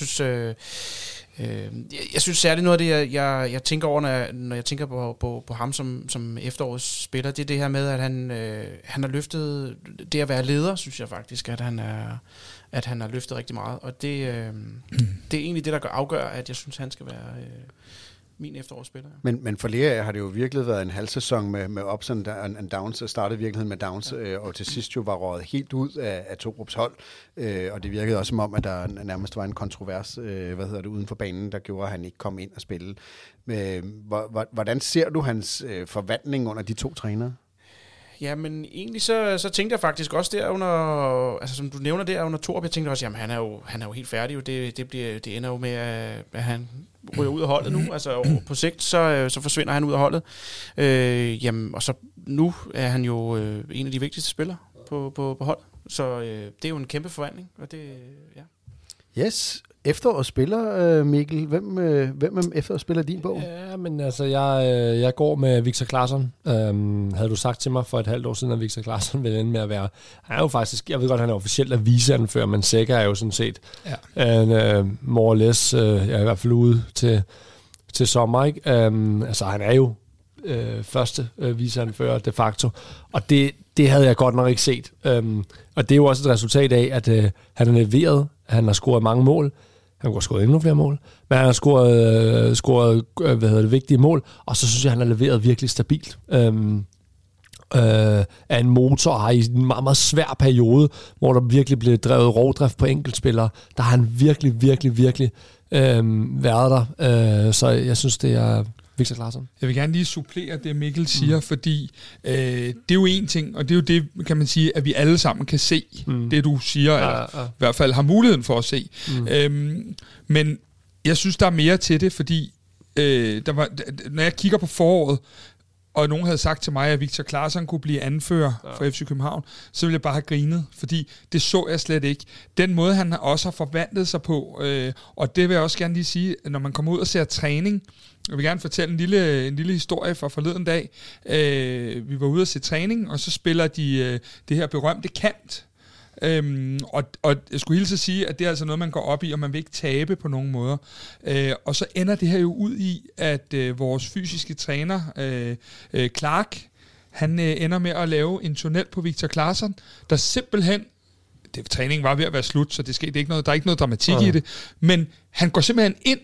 synes særligt noget af det, jeg tænker over, når jeg tænker på ham som efterårets spiller, det er det her med, at han har løftet det at være leder, synes jeg faktisk, at han har løftet rigtig meget. Og det er egentlig det, der afgør, at jeg synes, han skal være min efterårsspiller. Men for Lea har det jo virkelig været en halv sæson med ups and downs. Jeg startede virkeligheden med downs, og til sidst jo var røget helt ud af Tobrups hold. Og det virkede også som om, at der nærmest var en kontrovers uden for banen, der gjorde, at han ikke kom ind og spille. Hvordan ser du hans forvandling under de to trænere? Ja, men egentlig så tænkte jeg faktisk også der under, altså som du nævner der under Torp, jeg tænkte også, jamen han er jo helt færdig, jo. Det ender jo med, at han ryger ud af holdet nu, altså på sigt, så forsvinder han ud af holdet. Jamen, og så nu er han jo en af de vigtigste spillere på holdet, så det er jo en kæmpe forvandling, og det, ja. Yes. Efterårsspiller, Mikkel. Hvem er efterårsspiller din bog? Ja, men altså, jeg går med Victor Claesson. Havde du sagt til mig for et halvt år siden, at Victor Claesson ville ende med at være... Han er jo faktisk... Jeg ved godt, han er officielt at viceanfører, men Sækker er jo sådan set more or less, jeg er i hvert fald ude til sommer, ikke? Altså, han er jo første viceanfører de facto, og det havde jeg godt nok ikke set. Og det er jo også et resultat af, at han har leveret, han har scoret mange mål, han kunne have scoret endnu flere mål, men han har scoret vigtige mål, og så synes jeg, han har leveret virkelig stabilt. Af en motor, og har i en meget, meget svær periode, hvor der virkelig blev drevet rovdrift på enkeltspillere, der har han virkelig været der. Så jeg synes, det er Victor Claesson. Jeg vil gerne lige supplere det, Mikkel siger, fordi det er jo en ting, og det er jo det, kan man sige, at vi alle sammen kan se, det du siger, eller i hvert fald har muligheden for at se. Men jeg synes, der er mere til det, fordi når jeg kigger på foråret, og nogen havde sagt til mig, at Victor Claesson kunne blive anfører for FC København, så ville jeg bare have grinet, fordi det så jeg slet ikke. Den måde, han også har forvandlet sig på, og det vil jeg også gerne lige sige, når man kommer ud og ser træning, jeg vil gerne fortælle en lille historie fra forleden dag. Vi var ude og se træning, og så spiller de det her berømte kant. Og jeg skulle hilse at sige, at det er altså noget, man går op i, og man vil ikke tabe på nogen måder. Og så ender det her jo ud i, at vores fysiske træner, Clark, han ender med at lave en tunnel på Victor Claesson, der simpelthen, træningen var ved at være slut, så det er ikke noget, der er ikke noget dramatik i det, men han går simpelthen ind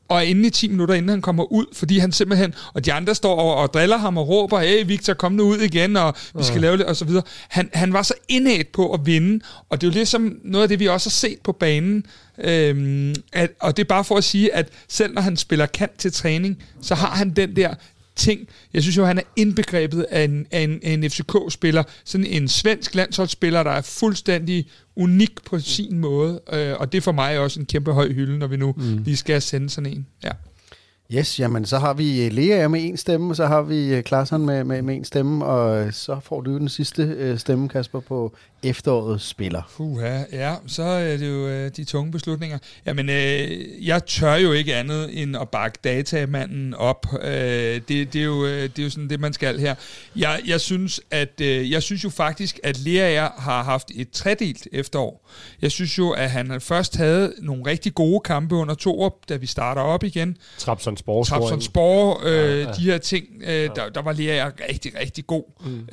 og inden i 10 minutter, inden han kommer ud, fordi han simpelthen, og de andre står og driller ham og råber, hey Victor, kom nu ud igen, og vi skal lave det, og så videre. Han var så indædt på at vinde, og det er jo ligesom noget af det, vi også har set på banen, og det er bare for at sige, at selv når han spiller kant til træning, så har han den der ting. Jeg synes jo, han er indbegrebet af en FCK-spiller, sådan en svensk landsholdsspiller, der er fuldstændig unik på sin måde, og det er for mig også en kæmpe høj hylde, når vi nu lige skal sende sådan en. Ja. Yes, jamen så har vi Lea med en stemme, og så har vi Klaasson med en stemme, og så får du den sidste stemme, Kasper, på efterårets spiller. Ja, så er det jo de tunge beslutninger. Jamen, jeg tør jo ikke andet end at bakke datamanden op. Det er jo sådan det, man skal her. Jeg synes jo faktisk, at Lea har haft et tredelt efterår. Jeg synes jo, at han først havde nogle rigtig gode kampe under Torup, da vi starter op igen. Trabzonspor, de her ting, der var Lea rigtig, rigtig god.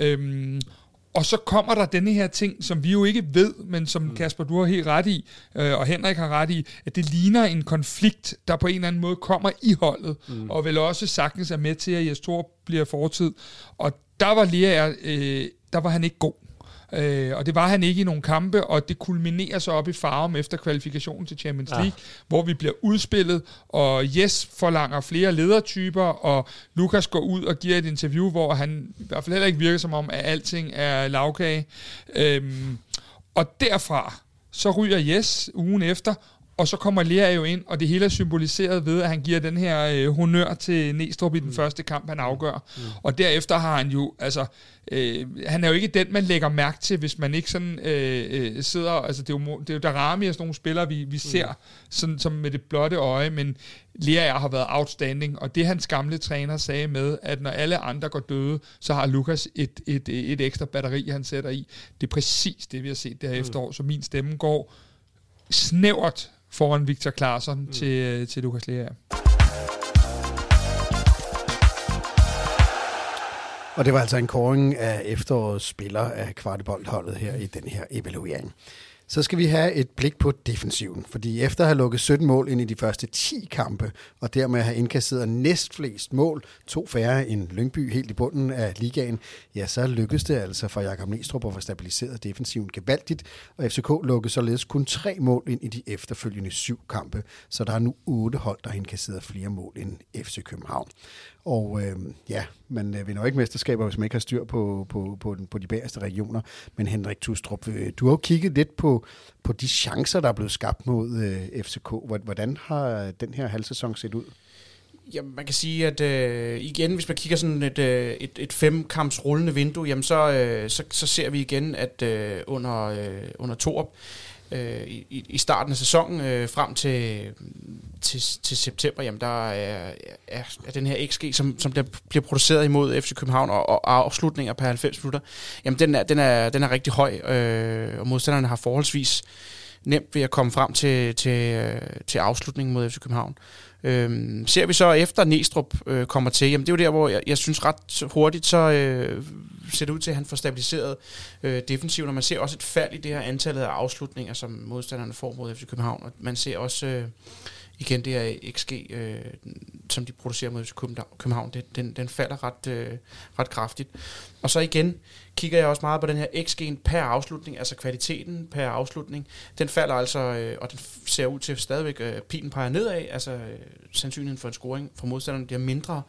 Og så kommer der denne her ting, som vi jo ikke ved, men som Kasper, du har helt ret i, og Henrik har ret i, at det ligner en konflikt, der på en eller anden måde kommer i holdet, og vel også sagtens er med til, at Jes Torup bliver fortid. Og der var Lea, der var han ikke god. Og det var han ikke i nogle kampe, og det kulminerer så op i Farum efter kvalifikationen til Champions League, hvor vi bliver udspillet, og Jes forlanger flere ledertyper, og Lukas går ud og giver et interview, hvor han i hvert fald heller ikke virker som om, at alting er lavkage. Og derfra, så ryger Jes ugen efter, og så kommer Lea jo ind, og det hele er symboliseret ved, at han giver den her honør til Næstrup i den første kamp, han afgør. Og derefter har han jo, altså, han er jo ikke den, man lægger mærke til, hvis man ikke sådan sidder, altså det er jo Darami og sådan nogle spillere, vi ser sådan, som med det blotte øje, men Lea har været outstanding, og det hans gamle træner sagde med, at når alle andre går døde, så har Lukas et ekstra batteri, han sætter i. Det er præcis det, vi har set det her efterår, så min stemme går snævert foran Victor Klaasson til Lukas Lea. Og det var altså en kåring af efterårets spiller af Kvartibolt-holdet her i den her evaluering. Så skal vi have et blik på defensiven, fordi efter at have lukket 17 mål ind i de første 10 kampe, og dermed have indkasseret næstflest mål, 2 færre end Lyngby helt i bunden af ligaen, ja, så lykkedes det altså for Jakob Næstrup at få stabiliseret defensiven gevaldigt, og FCK lukkede således kun 3 mål ind i de efterfølgende 7 kampe, så der er nu 8 hold, der har indkasseret flere mål end FC København. Og man vinder jo ikke mesterskaber, hvis man ikke har styr på de bagerste regioner. Men Henrik Tustrup, du har jo kigget lidt på de chancer, der er blevet skabt mod FCK. Hvordan har den her halvsæson set ud? Ja, man kan sige, at igen, hvis man kigger sådan et 5-kamps rullende vindue, jamen så ser vi igen, at under Torup, i starten af sæsonen frem til september, jamen der er den her XG, som bliver produceret imod FC København og afslutninger per 90 minutter, jamen den er rigtig høj, og modstanderne har forholdsvis nemt ved at komme frem til afslutningen mod FC København. Ser vi så efter Næstrup kommer til, jamen det er jo der, hvor jeg synes ret hurtigt, så ser det ud til, at han får stabiliseret defensivt, og man ser også et fald i det her antallet af afslutninger, som modstanderne får mod FC København, og man ser også igen det her XG, som de producerer mod FC København, den falder ret kraftigt. Og så igen kigger jeg også meget på den her XG'en per afslutning, altså kvaliteten per afslutning. Den falder altså, og den ser ud til stadigvæk, pilen peger nedad, altså sandsynligheden for en scoring fra modstanderne bliver mindre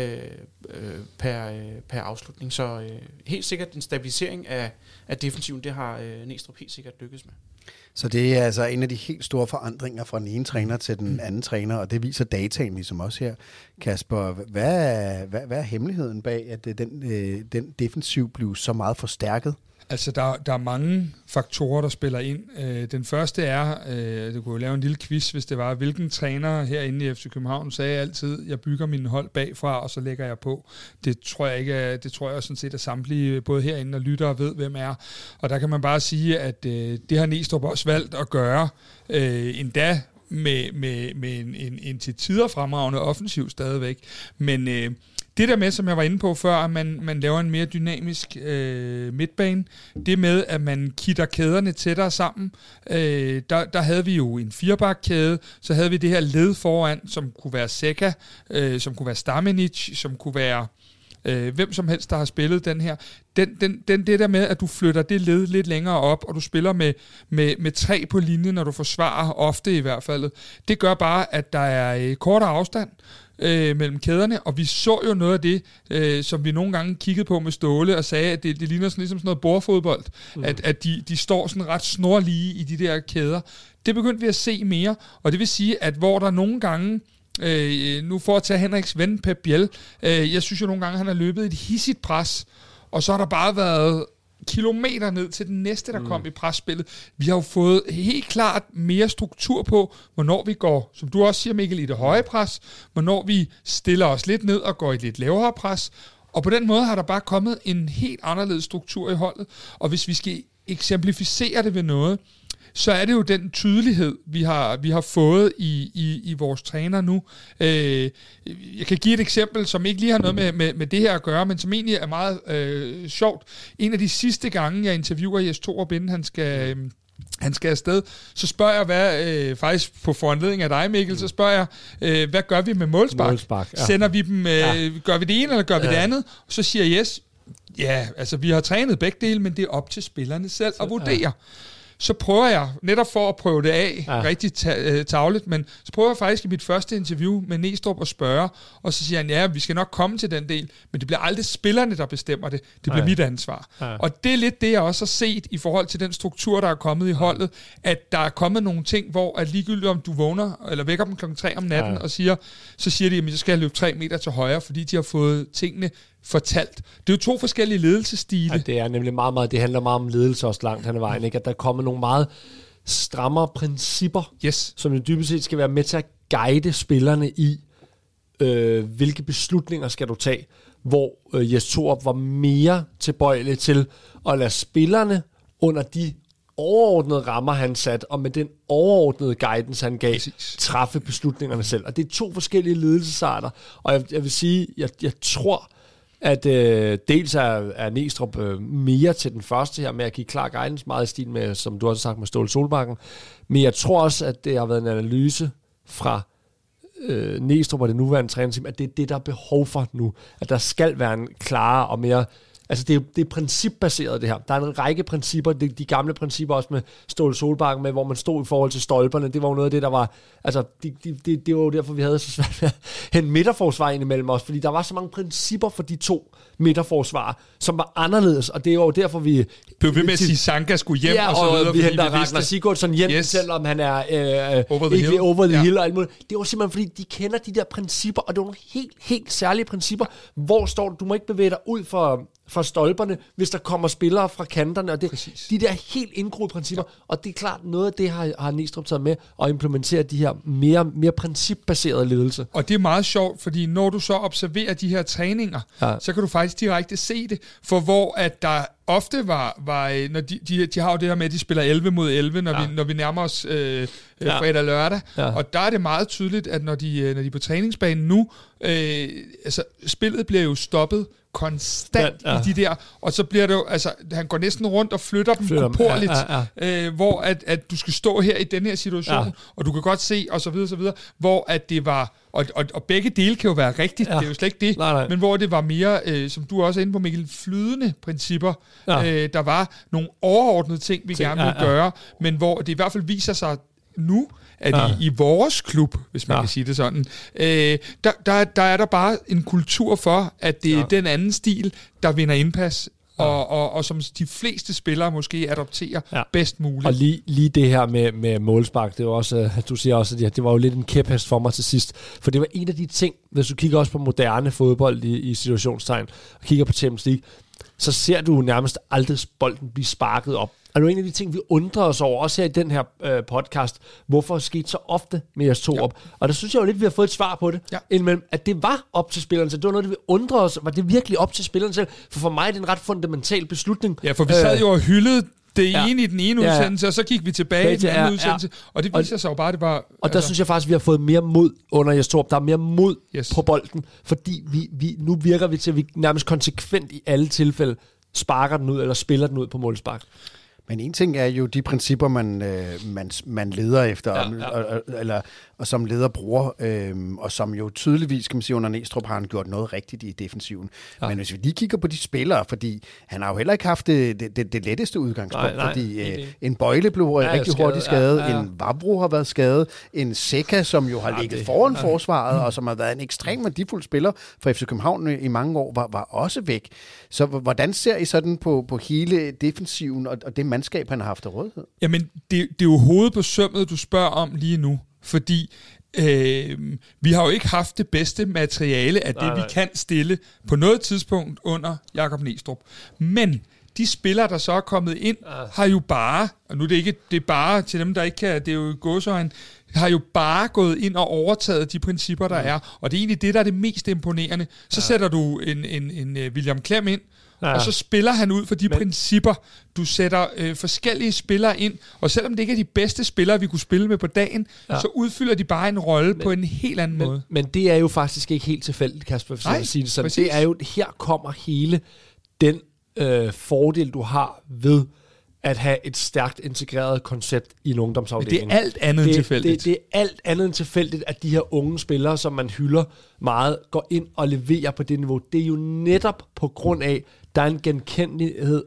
per afslutning. Så helt sikkert en stabilisering af defensiven, det har Næstrup helt sikkert lykkes med. Så det er altså en af de helt store forandringer fra den ene træner til den anden træner, og det viser dataen ligesom også her. Kasper, hvad er hemmeligheden bag, at den defensiv blev så meget forstærket? Altså, der er mange faktorer, der spiller ind. Den første er, du kunne lave en lille quiz, hvis det var, hvilken træner herinde i FC København sagde altid, jeg bygger mine hold bagfra, og så lægger jeg på. Det tror jeg sådan set, at samtlige, både herinde og lyttere, ved, hvem er. Og der kan man bare sige, at det har Næstrup også valgt at gøre, endda med en til tider fremragende offensiv stadigvæk. Men det der med, som jeg var inde på før, at man laver en mere dynamisk midtbane, det med, at man kitter kæderne tættere sammen, der havde vi jo en 4-bakkæde, så havde vi det her led foran, som kunne være Zeca, som kunne være Stamenic, som kunne være hvem som helst, der har spillet den her. Det der med, at du flytter det led lidt længere op, og du spiller med 3 på linjen, når du forsvarer, ofte i hvert fald. Det gør bare, at der er kortere afstand mellem kæderne, og vi så jo noget af det, som vi nogle gange kiggede på med Ståle, og sagde, at det ligner sådan, ligesom sådan noget bordfodbold, at de står sådan ret snorlige i de der kæder. Det begyndte vi at se mere, og det vil sige, at hvor der nogle gange nu for at tage Henriks ven Pep Biel, jeg synes jo nogle gange, han har løbet et hissigt pres, og så har der bare været kilometer ned til den næste, der kom i presspillet. Vi har jo fået helt klart mere struktur på, hvornår vi går, som du også siger, Mikkel, i det høje pres, hvornår vi stiller os lidt ned og går i lidt lavere pres, og på den måde har der bare kommet en helt anderledes struktur i holdet, og hvis vi skal eksemplificere det ved noget, så er det jo den tydelighed, vi har fået i vores træner nu. Jeg kan give et eksempel, som ikke lige har noget med det her at gøre, men som egentlig er meget sjovt. En af de sidste gange, jeg interviewer Jes Torup, inden han skal afsted, så spørger jeg, faktisk på foranledning af dig, Mikkel, så spørger jeg, hvad gør vi med målspark? Ja. Sender vi dem, gør vi det ene, eller gør vi det andet? Og så siger Jes, ja, altså vi har trænet begge dele, men det er op til spillerne selv at vurdere. Ja. Så prøver jeg, netop for at prøve det af, rigtig tavligt, men så prøver jeg faktisk i mit første interview med Næstrup at spørge, og så siger han, ja, vi skal nok komme til den del, men det bliver aldrig spillerne, der bestemmer det. Det bliver mit ansvar. Og det er lidt det, jeg også har set i forhold til den struktur, der er kommet i holdet, at der er kommet nogle ting, hvor at ligegyldigt om du vågner, eller vækker dem 3 om natten, og så siger de, at jeg skal løbe 3 meter til højre, fordi de har fået tingene fortalt. Det er jo 2 forskellige ledelsesstile. Ja, det er nemlig meget, meget, det handler meget om ledelse også langt hen ad vejen, ikke? At der kommer nogle meget strammere principper, som jo dybest set skal være med til at guide spillerne i, hvilke beslutninger skal du tage, hvor Jes Torup var mere tilbøjelig til at lade spillerne under de overordnede rammer, han satte, og med den overordnede guidance, han gav, træffe beslutningerne selv. Og det er 2 forskellige ledelsesarter, og jeg vil sige, jeg tror, at dels er Næstrup mere til den første her, med at give klar guidance, meget i stil med, som du også har sagt, med Ståle Solbakken, men jeg tror også, at det har været en analyse fra Næstrup og det nuværende trænerteam, at det er det, der er behov for nu, at der skal være en klarere og mere. Altså det er principbaseret det her. Der er en række principper, de gamle principper også med Ståle Solbakken, med hvor man stod i forhold til stolperne. Det var jo noget af det, der var, altså det var jo derfor, vi havde så svært med en midterforsvar imellem os, fordi der var så mange principper for de 2 midterforsvar, som var anderledes, og det var jo derfor, vi blev ved med at sige, Sanka skulle hjem, og så videre. Vi henter Ragnar Sigurdsson hjem, selvom han er over the hill og alt muligt. Det var simpelthen, fordi de kender de der principper, og det var nogle helt særlige principper. Hvor står du? Du må ikke bevæge dig ud for stolperne, hvis der kommer spillere fra kanterne, og det, de der helt indgroede principper, og det er klart, noget af det har Næstrup taget med at implementere de her mere principbaserede ledelse. Og det er meget sjovt, fordi når du så observerer de her træninger, så kan du faktisk direkte se det, for hvor at der ofte var når de har jo det her med, at de spiller 11 mod 11, når vi nærmer os fredag og lørdag, og der er det meget tydeligt, at når de er på træningsbanen nu, altså spillet bliver jo stoppet konstant i de der, og så bliver det jo, altså han går næsten rundt og flytter dem korporligt, hvor at du skal stå her i den her situation, og du kan godt se, og så videre, hvor at det var, og begge dele kan jo være rigtigt, det er jo slet ikke det, men hvor det var mere, som du også er inde på, Mikkel, flydende principper, der var nogle overordnede ting, vi gerne ville gøre, men hvor det i hvert fald viser sig nu, at i vores klub, hvis man kan sige det sådan, der er der bare en kultur for, at det er den anden stil, der vinder indpas, og som de fleste spillere måske adopterer bedst muligt. Og lige det her med målspark, det var også, du siger også, at det var jo lidt en kæphest for mig til sidst, for det var en af de ting, hvis du kigger også på moderne fodbold i situationstegn, og kigger på Champions League, så ser du nærmest aldrig bolden blive sparket op. Og det er en af de ting, vi undrer os over, også her i den her podcast, hvorfor det skete så ofte med Jes Torup. Og der synes jeg jo lidt, vi har fået et svar på det, indimellem, at det var op til spilleren selv. Det var noget, vi undrer os, var det virkelig op til spilleren selv? For mig er det en ret fundamental beslutning. Ja, for vi sad jo og hyldede det ene i den ene udsendelse, og så gik vi tilbage i den anden udsendelse, og det viser sig jo bare, det var... Og der synes jeg faktisk, vi har fået mere mod under Jesdrup. Der er mere mod på bolden, fordi nu virker vi til, at vi nærmest konsekvent i alle tilfælde sparker den ud, eller spiller den ud på målspark. Men en ting er jo de principper, man leder efter, og som leder bruger, og som jo tydeligvis, kan man sige, under Næstrup har han gjort noget rigtigt i defensiven. Ja. Men hvis vi lige kigger på de spillere, fordi han har jo heller ikke haft det letteste udgangspunkt, fordi en Bøjle blev rigtig hurtigt skadet, en Vavro har været skadet, en Seca, som jo har ligget foran forsvaret, og som har været en ekstremt værdifuld spiller for FC København i mange år, var også væk. Så hvordan ser I sådan på hele defensiven og det mandskab, han har haft af rådighed? Jamen, det er jo hovedet på sømmet, du spørger om lige nu. Fordi vi har jo ikke haft det bedste materiale af det, vi kan stille på noget tidspunkt under Jakob Næstrup. Men de spillere, der så er kommet ind, har jo bare, og nu er det er bare til dem, der ikke kan, det er jo gåsøjne, har jo bare gået ind og overtaget de principper, der er. Og det er egentlig det, der er det mest imponerende. Så sætter du en William Klem ind, og så spiller han ud for de principper. Du sætter forskellige spillere ind, og selvom det ikke er de bedste spillere, vi kunne spille med på dagen, så udfylder de bare en rolle på en helt anden måde. Men det er jo faktisk ikke helt tilfældigt, Kasper, hvis jeg sige det sådan. Det er jo, her kommer hele den fordel, du har ved at have et stærkt integreret koncept i en ungdomsafdeling. Men det er alt andet end tilfældigt. Det er alt andet end tilfældigt, at de her unge spillere, som man hylder meget, går ind og leverer på det niveau. Det er jo netop på grund af, der er en genkendelighed,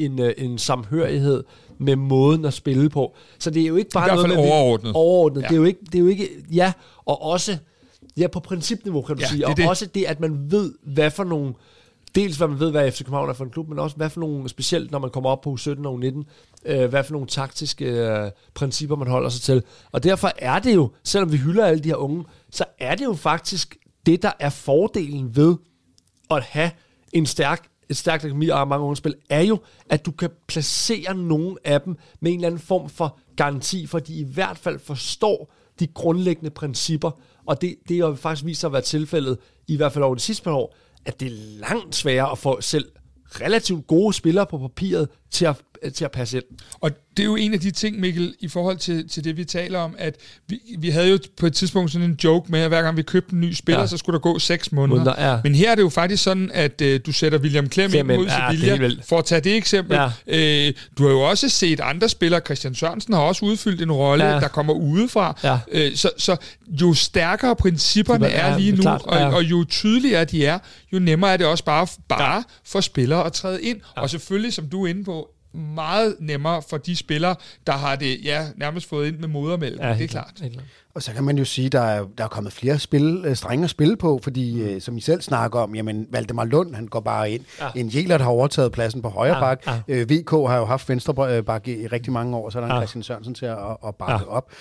en samhørighed med måden at spille på. Så det er jo ikke bare noget med overordnet. Ja. Det er jo ikke og også på principniveau, kan du sige. Og også det, at man ved, hvad for nogle... Dels hvad man ved, hvad FC København er for en klub, men også hvad for nogle, specielt når man kommer op på U17 og U19, hvad for nogle taktiske principper, man holder sig til. Og derfor er det jo, selvom vi hylder alle de her unge, så er det jo faktisk det, der er fordelen ved at have et stærkt akademi og mange unge spil, er jo, at du kan placere nogle af dem med en eller anden form for garanti, for de i hvert fald forstår de grundlæggende principper. Og det er jo faktisk vist sig at være tilfældet, i hvert fald over de sidste par år, at det er langt sværere at få selv relativt gode spillere på papiret til at passe ind. Og det er jo en af de ting, Mikkel, i forhold til det, vi taler om, at vi havde jo på et tidspunkt sådan en joke med, at hver gang vi købte en ny spiller, så skulle der gå 6 måneder. Men her er det jo faktisk sådan, at du sætter William Klem ind mod Sevilla, for at tage det eksempel. Ja. Du har jo også set andre spillere, Christian Sørensen har også udfyldt en rolle, der kommer udefra. Ja. Så jo stærkere principperne er lige nu, og jo tydeligere de er, jo nemmere er det også bare for spillere at træde ind. Ja. Og selvfølgelig, som du er inde på, meget nemmere for de spillere, der har det nærmest fået ind med modermælken. Ja, det er klart. Og så kan man jo sige, at der er kommet flere strenge at spille på, fordi som I selv snakker om, jamen Valdemar Lund, han går bare ind. Ja. En Jelert har overtaget pladsen på højre bak. Ja. VK har jo haft venstre bak i rigtig mange år, så er der en Christian Sørensen til at bakke op.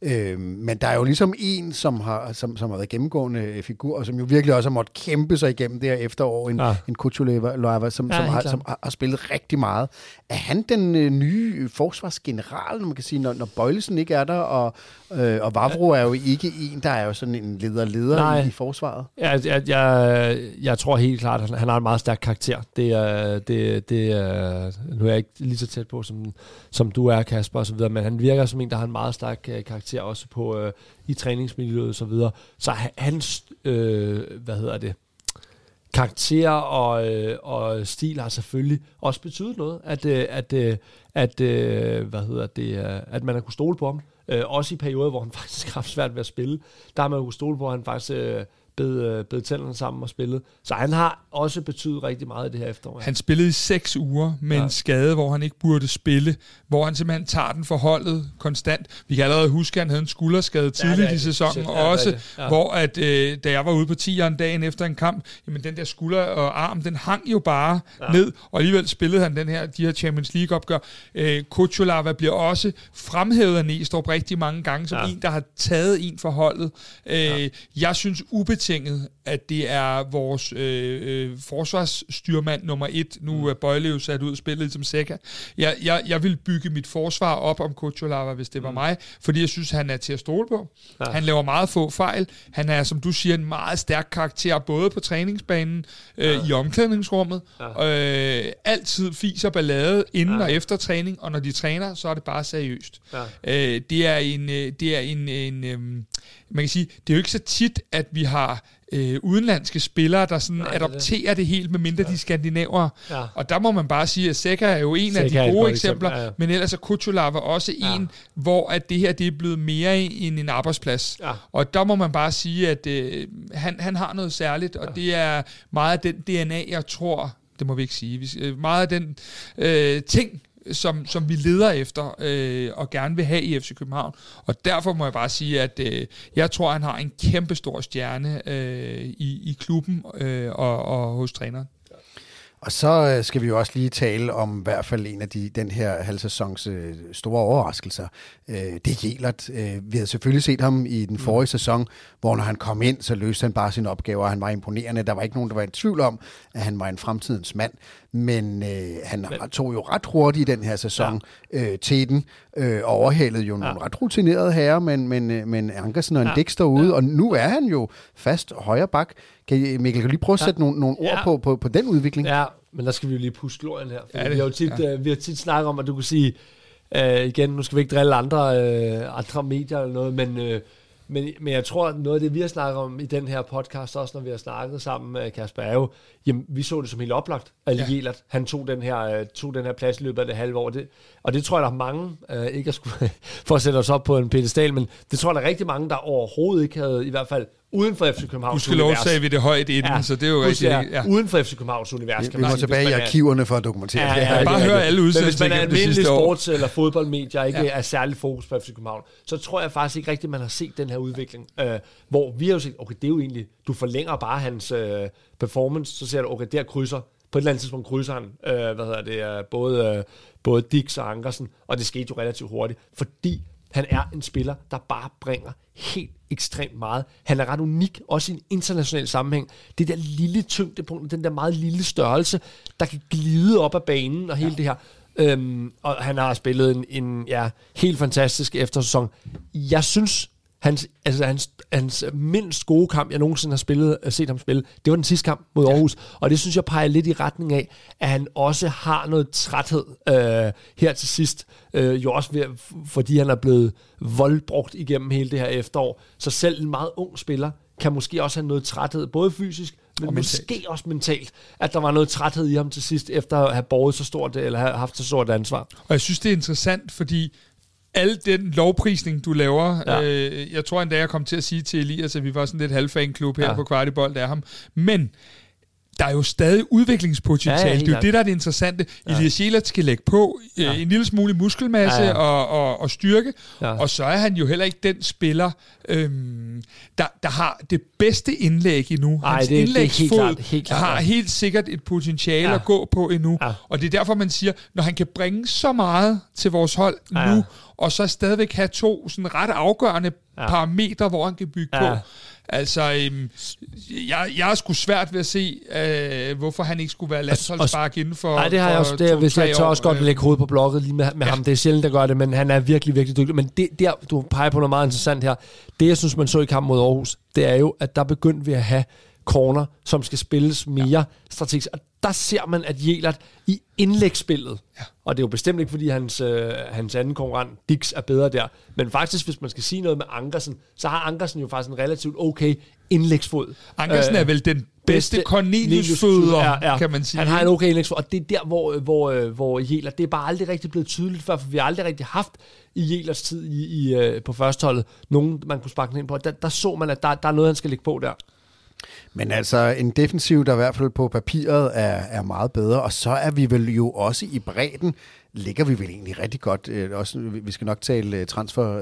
Men der er jo ligesom en, som har været gennemgående figur, og som jo virkelig også har måttet kæmpe sig igennem det her efterår, en Kuchuleva, som har spillet rigtig meget. Er han den nye forsvarsgeneral, når man kan sige, når Bøjlesen ikke er der, og Vavro er jo ikke en, der er jo sådan en leder i forsvaret. Jeg tror helt klart, at han har en meget stærk karakter. Nu er jeg ikke lige så tæt på, som du er, Kasper, og så videre, men han virker som en, der har en meget stærk karakter også på i træningsmiljøet og så videre. Så hans, karakter og stil har selvfølgelig også betydet noget, at man har kunnet stole på ham. Også i perioder, hvor han faktisk har haft svært ved at spille. Der har man jo kunnet stole på, at han faktisk bed tænderne sammen og spillede. Så han har også betydet rigtig meget i det her efterår. Han spillede i 6 uger med en skade, hvor han ikke burde spille, hvor han simpelthen tager den for holdet konstant. Vi kan allerede huske, at han havde en skulderskade tidligt i sæsonen, hvor at, da jeg var ude på 10'eren dagen efter en kamp, jamen den der skulder og arm, den hang jo bare ned, og alligevel spillede han de her Champions League-opgør. Kuchulava bliver også fremhævet af Næstrup rigtig mange gange, som en, der har taget en for holdet. Jeg synes ubetinget, ubetinget, at det er vores forsvarsstyrmand nummer 1. Nu er Bøjle jo sat ud og spillet som Seca. Jeg vil bygge mit forsvar op om Kuchulava, hvis det var mig, fordi jeg synes, han er til at stole på. Ja. Han laver meget få fejl. Han er, som du siger, en meget stærk karakter, både på træningsbanen, i omklædningsrummet. Ja. Altid fis og ballade inden og efter træning, og når de træner, så er det bare seriøst. Ja. Det er en man kan sige, det er jo ikke så tit, at vi har udenlandske spillere, der sådan adopterer det helt, med mindre de skandinaver. Ja. Og der må man bare sige, at Seca er jo en af de gode eksempler, men ellers er Kuchulava også en, hvor at det her det er blevet mere end en arbejdsplads. Ja. Og der må man bare sige, at han har noget særligt, og det er meget af den DNA, jeg tror, det må vi ikke sige, meget af den ting, som vi leder efter og gerne vil have i FC København. Og derfor må jeg bare sige, at jeg tror, han har en kæmpe stor stjerne i klubben og hos træneren. Og så skal vi jo også lige tale om i hvert fald en af den her halvsæsons store overraskelser. Det er Jelert. Vi havde selvfølgelig set ham i den forrige sæson, hvor når han kom ind, så løste han bare sine opgaver, og han var imponerende. Der var ikke nogen, der var i tvivl om, at han var en fremtidens mand. Men han tog jo ret hurtigt i den her sæson til den, overhalede jo nogle ret rutinerede herrer, men Ankersen og en Dix derude, og nu er han jo fast højre bak. Mikkel, kan du lige prøve at sætte nogle ord på den udvikling? Ja, men der skal vi jo lige puske glorien her. Vi har tit snakket om, at du kunne sige, igen, nu skal vi ikke drille andre medier eller noget, men jeg tror, noget af det, vi har snakket om i den her podcast, også når vi har snakket sammen med Kasper, er jo, jamen, vi så det som helt oplagt, at Jelert, han tog den her plads i løbet af det halve år. Og det tror jeg, der er mange, ikke at skulle for at sætte os op på en pedestal, men det tror jeg, der er rigtig mange, der overhovedet ikke havde, i hvert fald uden for FC Københavns univers. Du skal sagde vi det højt inden, så det er jo rigtig... Uden for FC Københavns univers, kan man sige. Vi må tilbage i arkiverne for at dokumentere det. Bare høre alle udsendelser. Hvis man er almindelig sports- eller fodboldmedier, ikke er særlig fokus på FC København, så tror jeg faktisk ikke rigtigt, man har set den her udvikling, hvor vi har jo set, okay, det er jo egentlig, du forlænger bare hans performance, så ser du, okay, der krydser, på et eller andet tidspunkt krydser han, både Dix og Ankersen, og det skete jo relativt hurtigt, fordi han er en spiller, der bare bringer helt ekstremt meget. Han er ret unik, også i en international sammenhæng. Det der lille tyngdepunkt, den der meget lille størrelse, der kan glide op ad banen og hele det her. Og han har spillet en helt fantastisk eftersæson. Jeg synes, hans mindst gode kamp, jeg nogensinde har set ham spille, det var den sidste kamp mod Aarhus. Og det synes jeg peger lidt i retning af, at han også har noget træthed her til sidst. Jo også fordi han er blevet voldbrugt igennem hele det her efterår. Så selv en meget ung spiller kan måske også have noget træthed, både fysisk, men måske også mentalt, at der var noget træthed i ham til sidst, efter at have båret så stort, eller have haft så stort ansvar. Og jeg synes, det er interessant, fordi al den lovprisning, du laver, jeg tror endda, jeg kom til at sige til Elias, at vi var sådan lidt halvfanklub her på Kvartibold af ham, men der er jo stadig udviklingspotentiale. Det er jo det, der er det interessante. Elias Jelert skal lægge på en lille smule muskelmasse og styrke, og så er han jo heller ikke den spiller, der har det bedste indlæg endnu. Hans indlægsfod har helt sikkert et potentiale at gå på endnu, og det er derfor, man siger, når han kan bringe så meget til vores hold nu, og så stadigvæk have to sådan ret afgørende parametre, hvor han kan bygge på. Altså, jeg er sgu svært ved at se, hvorfor han ikke skulle være landsholdspark inden for 2-3 år. Nej, det har jeg også. Jeg tør også godt lægge hovedet på blokket lige med ham. Det er sjældent, der gør det, men han er virkelig, virkelig dygtig. Men det du peger på noget meget interessant her. Det, jeg synes, man så i kampen mod Aarhus, det er jo, at der begyndte vi at have corner, som skal spilles mere strategisk. Og der ser man, at Jelert i indlægsspillet, og det er jo bestemt ikke, fordi hans anden konkurrent, Dix, er bedre der, men faktisk, hvis man skal sige noget med Ankersen, så har Ankersen jo faktisk en relativt okay indlægsfod. Ankersen er vel den bedste Cornelius-føder, kan man sige. Han har en okay indlægsfod, og det er der, hvor Jelert, det er bare aldrig rigtig blevet tydeligt før, for vi har aldrig rigtig haft i Jelerts tid på førsteholdet nogen, man kunne sparke ind på. Der så man, at der er noget, han skal lægge på der. Men altså en defensiv, der i hvert fald på papiret er meget bedre, og så er vi vel jo også i bredden, ligger vi vel egentlig rigtig godt. Også, vi skal nok tale transfer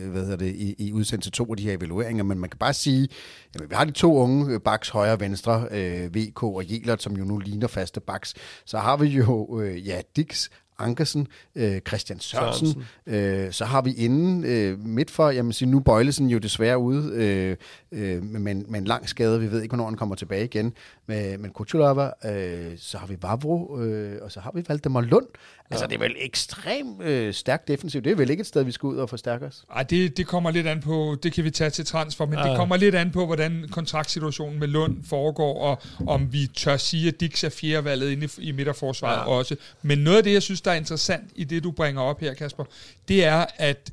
i udsendelse 2 af de her evalueringer, men man kan bare sige, at vi har de to unge backs, højre og venstre, VK og Jelert, som jo nu ligner faste backs. Så har vi jo Dix, Ankersen, Christian Sørensen. Så har vi inden midt for, jamen nu Bøjlesen jo desværre ude med en lang skade. Vi ved ikke, hvornår han kommer tilbage igen. Men Kuchulava, så har vi Vavro, og så har vi Valdemar Lund. Altså, det er vel ekstremt stærkt defensivt. Det er vel ikke et sted, vi skal ud og forstærke os? Ej, det kommer lidt an på, det kan vi tage til transfer, men det kommer lidt an på, hvordan kontraktsituationen med Lund foregår, og om vi tør sige, at Dix er fjerdevalget inde i midterforsvaret også. Men noget af det, jeg synes, der er interessant i det, du bringer op her, Kasper, det er,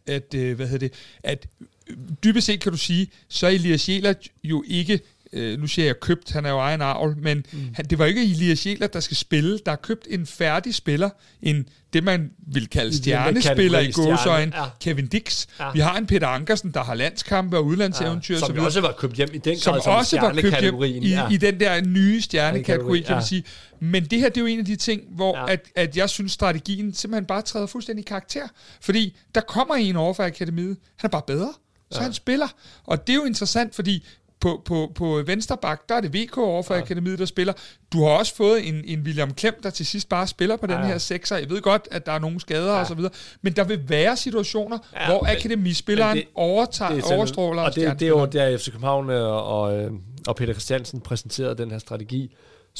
at dybest set kan du sige, så er Elias Jæler jo ikke, nu siger jeg købt, han er jo egen avl, men det var ikke Elias Jæler, der skal spille. Der er købt en færdig spiller, det man vil kalde stjernespiller i gåseøjne, Kevin Dix. Ja. Vi har en Peter Ankersen, der har landskampe og udlandseventyr. Som også var købt hjem i den grad, som også var købt hjem i den der nye stjernekategori, kan man sige. Men det her, det er jo en af de ting, hvor at jeg synes, strategien simpelthen bare træder fuldstændig i karakter. Fordi der kommer en over for akademiet. Han er bare bedre. Så han spiller. Og det er jo interessant, fordi på vensterbak, der er det VK over for akademiet, der spiller. Du har også fået en William Klem, der til sidst bare spiller på den her sekser. Jeg ved godt, at der er nogle skader og så videre, men der vil være situationer, hvor akademispilleren overstråler. Og det er jo der FC København og Peter Christiansen præsenterede den her strategi.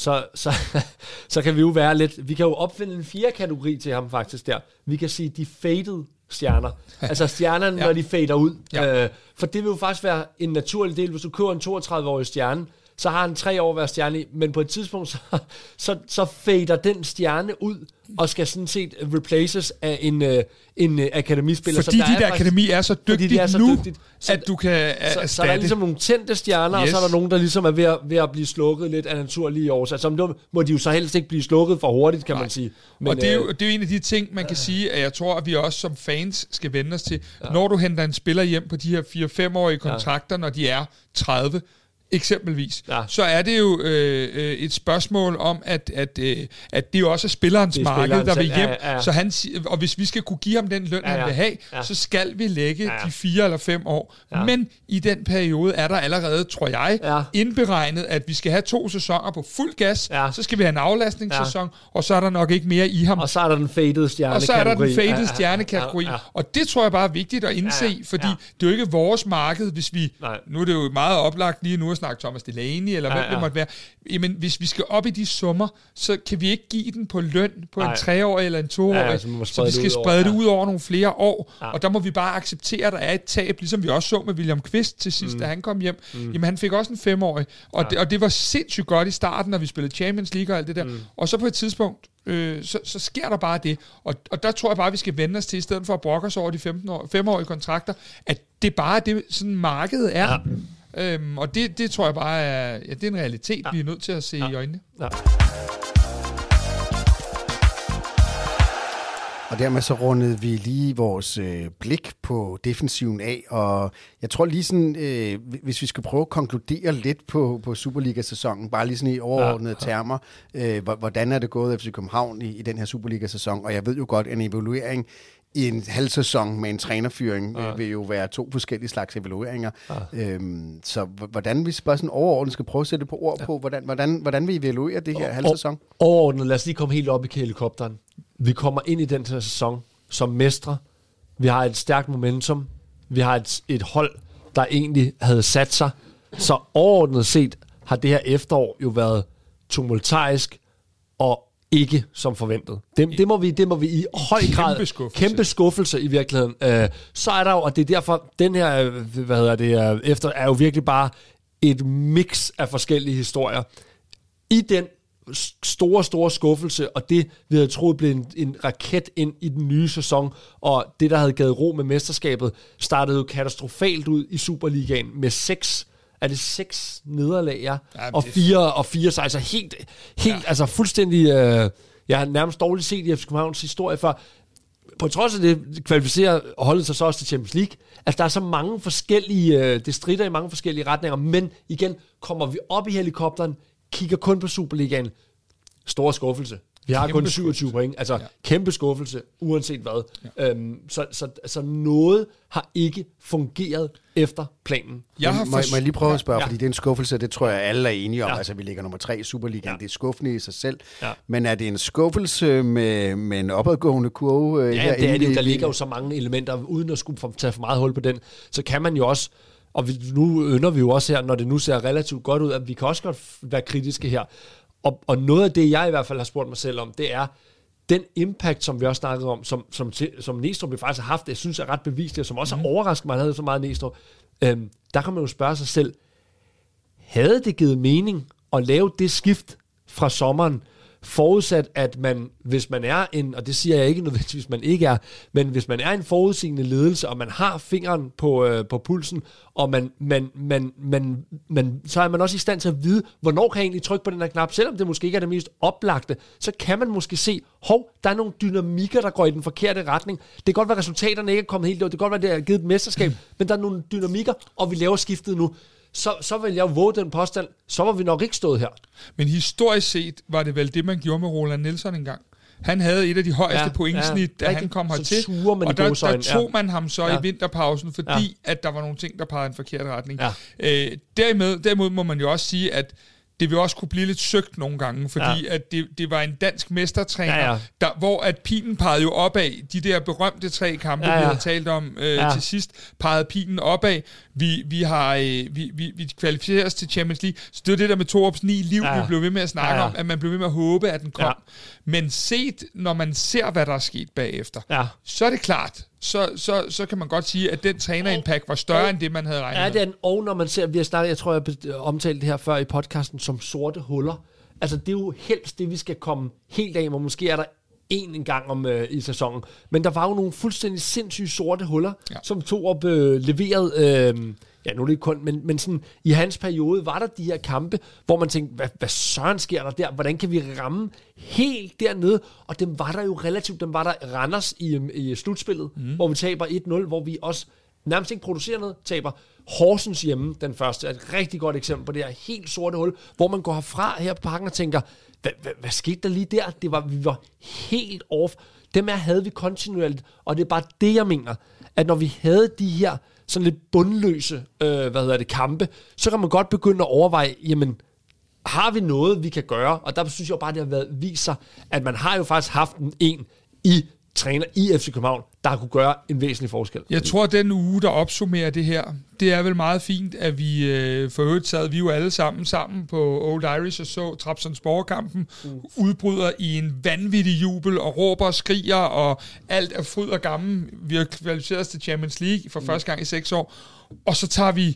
Så kan vi jo være lidt... Vi kan jo opfinde en 4. kategori til ham faktisk der. Vi kan sige, de faded stjerner. Altså stjernerne, når de fader ud. For det vil jo faktisk være en naturlig del. Hvis du køber en 32-årig stjerne, så har han 3 år været stjerne, men på et tidspunkt, så fader den stjerne ud, og skal sådan set replaces af en akademispiller. Fordi dit akademi er så dygtigt nu, at du kan erstatte. Så er der ligesom nogle tændte stjerner, og så er der nogen, der ligesom er ved at blive slukket lidt af naturlige årsager. Så må de jo så helst ikke blive slukket for hurtigt, kan man sige. Men, og det er jo en af de ting, man kan sige, at jeg tror, at vi også som fans skal vende os til. Når du henter en spiller hjem på de her 4-5-årige kontrakter, når de er 30, eksempelvis, så er det jo et spørgsmål om, at det jo også er spillerens marked, der vil hjem. Så han, og hvis vi skal kunne give ham den løn, han vil have, så skal vi lægge de 4 eller 5 år. Men i den periode er der allerede, tror jeg, indberegnet, at vi skal have 2 sæsoner på fuld gas, så skal vi have en aflastningssæson, og så er der nok ikke mere i ham. Og så er der den faded stjernekategori. Og det tror jeg bare er vigtigt at indse, fordi det er jo ikke vores marked, hvis vi... Nu er det jo meget oplagt lige nu snakke Thomas Delaney, eller hvem det måtte være. Jamen, hvis vi skal op i de summer, så kan vi ikke give den på løn på en 3-årig eller en 2-årig. Så vi skal sprede det ud over nogle flere år. Og der må vi bare acceptere, at der er et tab, ligesom vi også så med William Kvist til sidst, da han kom hjem. Jamen, han fik også en 5-årig. Og det var sindssygt godt i starten, når vi spillede Champions League og alt det der. Og så på et tidspunkt, så sker der bare det. Og der tror jeg bare, vi skal vende os til, i stedet for at brokke os over de 5-årige kontrakter, at det bare er det, sådan markedet er. Og det tror jeg bare er, det er en realitet, vi er nødt til at se i øjnene. Og dermed så rundede vi lige vores blik på defensiven af, og jeg tror lige sådan, hvis vi skal prøve at konkludere lidt på Superliga-sæsonen, bare lige sådan i overordnede termer, hvordan er det gået FC København i den her Superliga-sæson, og jeg ved jo godt, en evaluering i en halv sæson med en trænerfyring vil jo være 2 forskellige slags evalueringer. Så hvordan vi bare sådan overordnet skal prøve at sætte på ord på, hvordan vi evaluerer det her halv sæson? Overordnet, lad os lige komme helt op i helikopteren. Vi kommer ind i den her sæson som mestre. Vi har et stærkt momentum. Vi har et hold, der egentlig havde sat sig. Så overordnet set har det her efterår jo været tumultarisk og ikke som forventet. Det må vi i høj grad... Kæmpe skuffelse i virkeligheden. Så er der jo, og det er derfor, den her, efter er jo virkelig bare et mix af forskellige historier. I den store skuffelse, og det, vi havde troet blev en raket ind i den nye sæson, og det, der havde givet ro med mesterskabet, startede jo katastrofalt ud i Superligaen med 6 nederlag, og 4 så altså helt altså fuldstændig, jeg har nærmest dårligt set i FC Københavns historie før. På trods af det kvalificerer og holdet sig så også til Champions League. Altså der er så mange forskellige, det strider i mange forskellige retninger, men igen kommer vi op i helikopteren, kigger kun på Superligaen. Stor skuffelse. Vi har kun 27 point. Altså, kæmpe skuffelse, uanset hvad. Ja. Så noget har ikke fungeret efter planen. Må jeg lige prøve at spørge, fordi det er en skuffelse, det tror jeg alle er enige om. Altså, vi ligger nummer 3 i Superligaen. Det er skuffende i sig selv. Ja. Men er det en skuffelse med en opadgående kurve? Ja, det er det. Der ligger jo så mange elementer, uden at skulle tage for meget hul på den. Så kan man jo også, og nu ynder vi jo også her, når det nu ser relativt godt ud, at vi kan også godt være kritiske her. Og noget af det, jeg i hvert fald har spurgt mig selv om, det er den impact, som vi også snakkede om, som Næstrup faktisk har haft, det synes jeg er ret bevisligt, og som også har overrasket mig, at han havde så meget Næstrup. Der kan man jo spørge sig selv, havde det givet mening at lave det skift fra sommeren, forudsat at man, hvis man er en, og det siger jeg ikke nødvendigvis, man ikke er, men hvis man er en forudsigende ledelse, og man har fingeren på pulsen, og så er man også i stand til at vide, hvornår kan jeg egentlig trykke på den her knap, selvom det måske ikke er det mest oplagte, så kan man måske se, der er nogle dynamikker, der går i den forkerte retning. Det kan godt være, resultaterne ikke er kommet helt over, det kan godt være, det har givet et mesterskab, men der er nogle dynamikker, og vi laver skiftet nu. Så vil jeg våge den påstand, så var vi nok ikke stået her. Men historisk set var det vel det, man gjorde med Roland Nielsen engang. Han havde et af de højeste pointsnit, da han kom hertil, og der tog man ham så i vinterpausen, fordi at der var nogle ting, der pegede i en forkert retning. Ja. Derimod må man jo også sige, at det vil også kunne blive lidt søgt nogle gange, fordi at det var en dansk mestertræner, hvor at pilen pegede jo opad. De der berømte 3 kampe, vi havde talt om til sidst, pegede pilen opad. Vi kvalificerer os til Champions League. Så det var det der med Torups 9 liv, vi blev ved med at snakke om, at man blev ved med at håbe, at den kom. Men når man ser, hvad der er sket bagefter, så er det klart, så kan man godt sige, at den trænerimpact var større end det, man havde regnet med. Ja, det er og når man ser, vi har snakket, jeg tror, jeg omtalte det her før i podcasten, som sorte huller. Altså, det er jo helst det, vi skal komme helt af, og måske er der en gang i sæsonen. Men der var jo nogle fuldstændig sindssyge sorte huller, som Torup leverede. Nu er det ikke kun, men sådan, i hans periode var der de her kampe, hvor man tænkte, hvad søren sker der der? Hvordan kan vi ramme helt dernede? Og dem var der jo relativt. Dem var der Randers i slutspillet, hvor vi taber 1-0, hvor vi også nærmest ikke producerer noget, taber. Horsens hjemme, den første, er et rigtig godt eksempel på det her helt sorte hul, hvor man går herfra her på parken og tænker, hvad skete der lige der? Vi var helt off. Dem her havde vi kontinuerligt, og det er bare det, jeg mener, at når vi havde de her sådan lidt bundløse kampe, så kan man godt begynde at overveje, jamen, har vi noget, vi kan gøre? Og der synes jeg bare, det har vist sig, at man har jo faktisk haft en træner i FC København, der har kunne gøre en væsentlig forskel. Jeg tror, at den uge, der opsummerer det her, det er vel meget fint, at vi for øvrigt sad vi jo alle sammen på Old Irish og så Trabzonspor-kampen, udbryder i en vanvittig jubel og råber og skriger, og alt er fryd og gammel. Vi har kvalificeret os til Champions League for første gang i 6 år. Og så tager vi,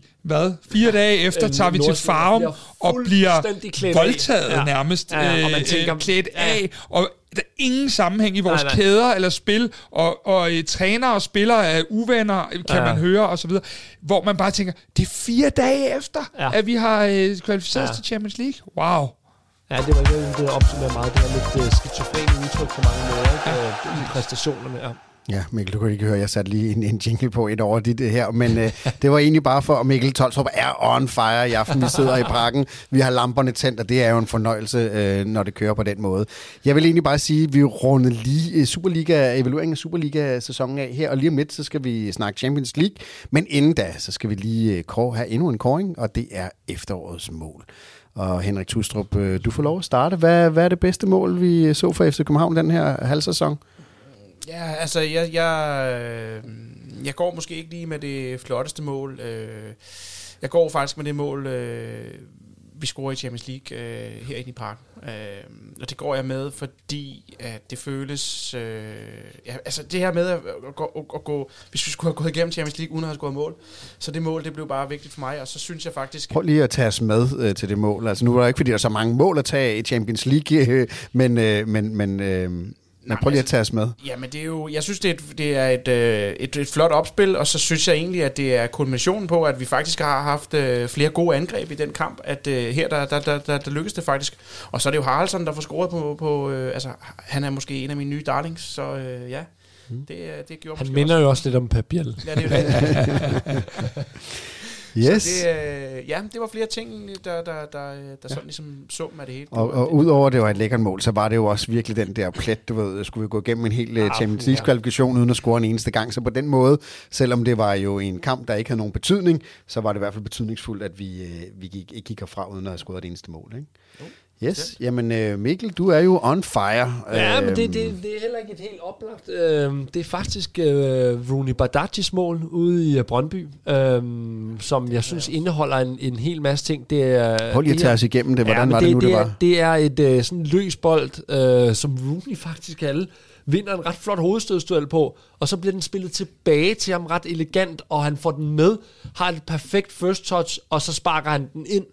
4 dage efter, tager vi til Farum og bliver voldtaget nærmest, og man tænker, klædt af, og der er ingen sammenhæng i vores kæder eller spil, og trænere og spillere er uvenner, kan man høre, og så videre, hvor man bare tænker, det er 4 dage efter, at vi har kvalificeret os til Champions League. Wow. Ja, det var det opsummerer meget, det var lidt skizofrene udtryk på mange måder, i præstationerne, Ja, Mikkel, du kunne ikke høre, jeg satte lige en jingle på et over dit her, men det var egentlig bare for, at Mikkel Tolstrup er on fire i aften. Vi sidder i parken, vi har lamperne tændt, og det er jo en fornøjelse, når det kører på den måde. Jeg vil egentlig bare sige, at vi runder lige evalueringen af Superliga-sæsonen af her, og lige om lidt, så skal vi snakke Champions League, men inden da, så skal vi lige have endnu en kåring, og det er efterårets mål. Og Henrik Tustrup, du får lov at starte. Hvad er det bedste mål, vi så for FC København den her halvsæson? Ja, altså, jeg går måske ikke lige med det flotteste mål. Jeg går faktisk med det mål, vi scorer i Champions League herinde i parken. Og det går jeg med, fordi at det føles... altså det her med at gå... Hvis vi skulle have gået igennem Champions League uden at have scoret mål, så det mål, det blev bare vigtigt for mig, og så synes jeg faktisk... Prøv lige at tage os med til det mål. Altså nu er det ikke, fordi der er så mange mål at tage i Champions League, men prøv lige at tage os med. Jamen det er jo, jeg synes det er et flot opspil, og så synes jeg egentlig, at det er kulminationen på, at vi faktisk har haft flere gode angreb i den kamp, at her der lykkedes det faktisk. Og så er det jo Haraldsson, der får scoret på altså han er måske en af mine nye darlings, så det gjorde han minder jo også lidt om Pep Biel. Ja, det er jo det. Yes. Så det var flere ting, der sådan ligesom summen af det hele. Og udover det var et lækkert mål, så var det jo også virkelig den der plet, du ved, skulle vi gå igennem en hel Champions League-kvalifikation uden at score en eneste gang. Så på den måde, selvom det var jo en kamp, der ikke havde nogen betydning, så var det i hvert fald betydningsfuldt, at vi gik herfra uden at have scoret et eneste mål, ikke? Yes, jamen Mikkel, du er jo on fire. Ja, men det er heller ikke et helt oplagt. Det er faktisk Rooney Bardghis mål ude i Brøndby, som jeg synes indeholder en hel masse ting. Det er, prøv lige at tage os igennem det. Hvordan var det nu, det var? Det er et sådan løs bold, som Rooney faktisk vinder en ret flot hovedstødsduel på, og så bliver den spillet tilbage til ham ret elegant, og han får den med, har et perfekt first touch, og så sparker han den ind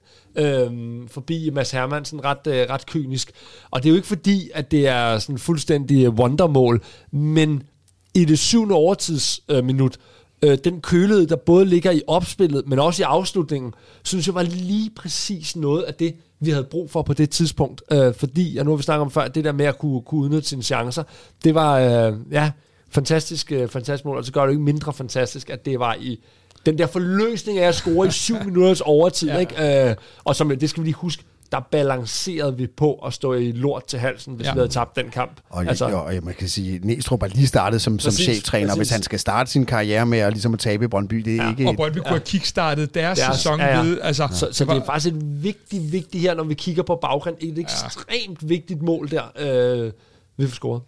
forbi Mads Hermansen ret kynisk. Og det er jo ikke fordi, at det er sådan fuldstændig wondermål, men i det 7. overtidsminut, den kølighed, der både ligger i opspillet, men også i afslutningen, synes jeg var lige præcis noget af det, vi havde brug for på det tidspunkt. Fordi, og nu har vi snakket om før, det der med at kunne udnytte sine chancer, det var fantastisk mål, og så gør det ikke mindre fantastisk, at det var i den der forløsning af at score i 7 minutters overtid, ikke? Og som, det skal vi lige huske, der balancerede vi på at stå i lort til halsen, hvis vi havde tabt den kamp. Og man kan sige, Næstrup har lige startet som cheftræner, hvis han skal starte sin karriere med at, ligesom at tabe i Brøndby. Det er ikke og Brøndby kunne have kickstartet deres sæson ved. Altså, så det er faktisk et vigtigt her, når vi kigger på baggrund, et ekstremt vigtigt mål der, vi får scoret.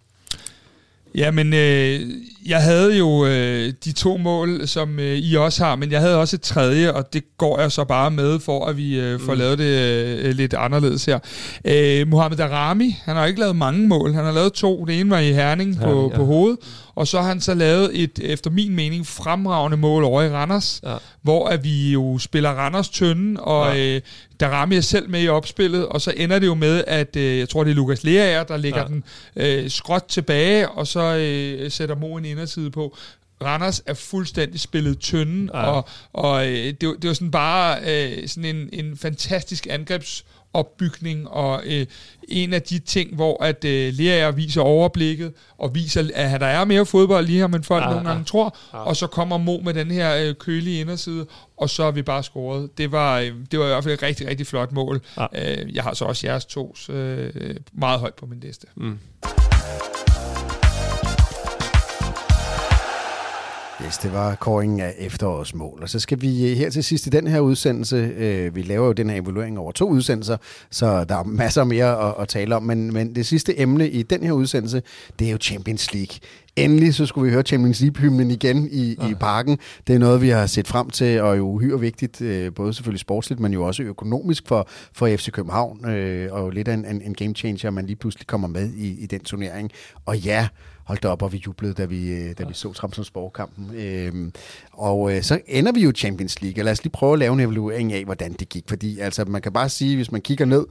Ja, men jeg havde jo de 2 mål, som I også har, men jeg havde også et tredje, og det går jeg så bare med, for at vi får lavet det lidt anderledes her. Mohamed Daramy, han har ikke lavet mange mål, han har lavet 2. Det ene var i Herning på hovedet, og så har han så lavet et, efter min mening, fremragende mål over i Randers, hvor at vi jo spiller Randers tynde, og Daramy er selv med i opspillet, og så ender det jo med, at jeg tror, det er Lukas Leaer, der lægger den skråt tilbage, og så sætter Mo en inderside på. Randers er fuldstændig spillet tynde, og det var sådan bare sådan en fantastisk angrebsopbygning, og en af de ting, hvor at Leaer viser overblikket, og viser, at der er mere fodbold lige her, men folk nogle gange tror, og så kommer Mo med den her kølige inderside, og så har vi bare scoret. Det var i hvert fald et rigtig, rigtig flot mål. Jeg har så også jeres 2's meget højt på min liste. Yes, det var kåringen af efterårets mål. Og så skal vi her til sidst i den her udsendelse, vi laver jo den her evaluering over 2 udsendelser, så der er masser mere at tale om, men det sidste emne i den her udsendelse, det er jo Champions League. Endelig så skulle vi høre Champions League-hymnen igen i parken. Det er noget, vi har set frem til, og jo uhyre vigtigt, både selvfølgelig sportsligt, men jo også økonomisk for FC København, og lidt af en game changer, man lige pludselig kommer med i den turnering. Og ja, holdt op, og vi jublede, da vi så Trabzonspor-kampen. Og så ender vi jo Champions League, og lad os lige prøve at lave en evaluering af, hvordan det gik. Fordi altså, man kan bare sige, hvis man kigger ned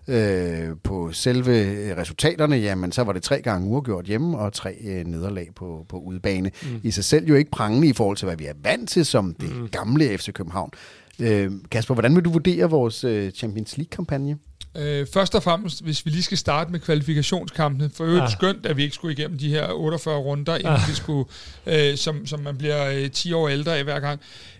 på selve resultaterne, jamen så var det 3 gange uafgjort hjemme, og 3 nederlag på udebane. I sig selv jo ikke prangende i forhold til, hvad vi er vant til som det gamle FC København. Kasper, hvordan vil du vurdere vores Champions League-kampagne? Først og fremmest, hvis vi lige skal starte med kvalifikationskampene, for øvrigt skønt, at vi ikke skulle igennem de her 48 runder, inden vi skulle, som man bliver 10 år ældre i hver gang.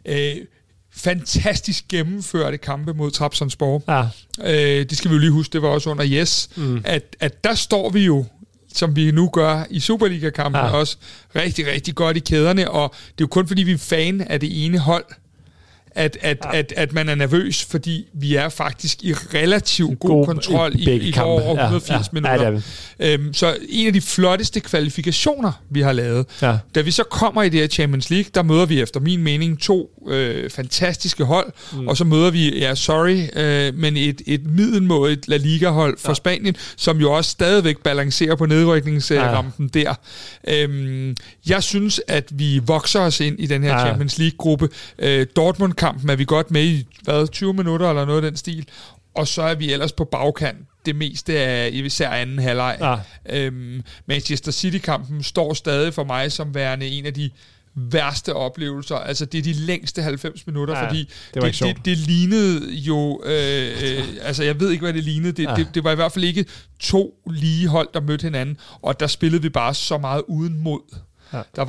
Fantastisk gennemførte kampe mod Trabzonspor. Det skal vi jo lige huske, det var også under Jes, at der står vi jo, som vi nu gør i Superliga-kampen, også rigtig, rigtig godt i kæderne, og det er jo kun fordi, vi er fan af det ene hold, at man er nervøs, fordi vi er faktisk i relativt god kontrol i over 180 minutter. Så en af de flotteste kvalifikationer, vi har lavet. Da vi så kommer i det her Champions League, der møder vi efter min mening 2 fantastiske hold, og så møder vi, men et middelmådigt La Liga-hold fra Spanien, som jo også stadigvæk balancerer på nedrykningsrampen der. Jeg synes, at vi vokser os ind i den her Champions League-gruppe. Dortmund-kampen er vi godt med i 20 minutter eller noget af den stil, og så er vi ellers på bagkant det meste af især anden halvleg. Manchester City-kampen står stadig for mig som værende en af de værste oplevelser. Altså, det er de længste 90 minutter, fordi det lignede jo... altså, jeg ved ikke, hvad det lignede. Det var i hvert fald ikke 2 lige hold, der mødte hinanden, og der spillede vi bare så meget uden mod. Ja. Det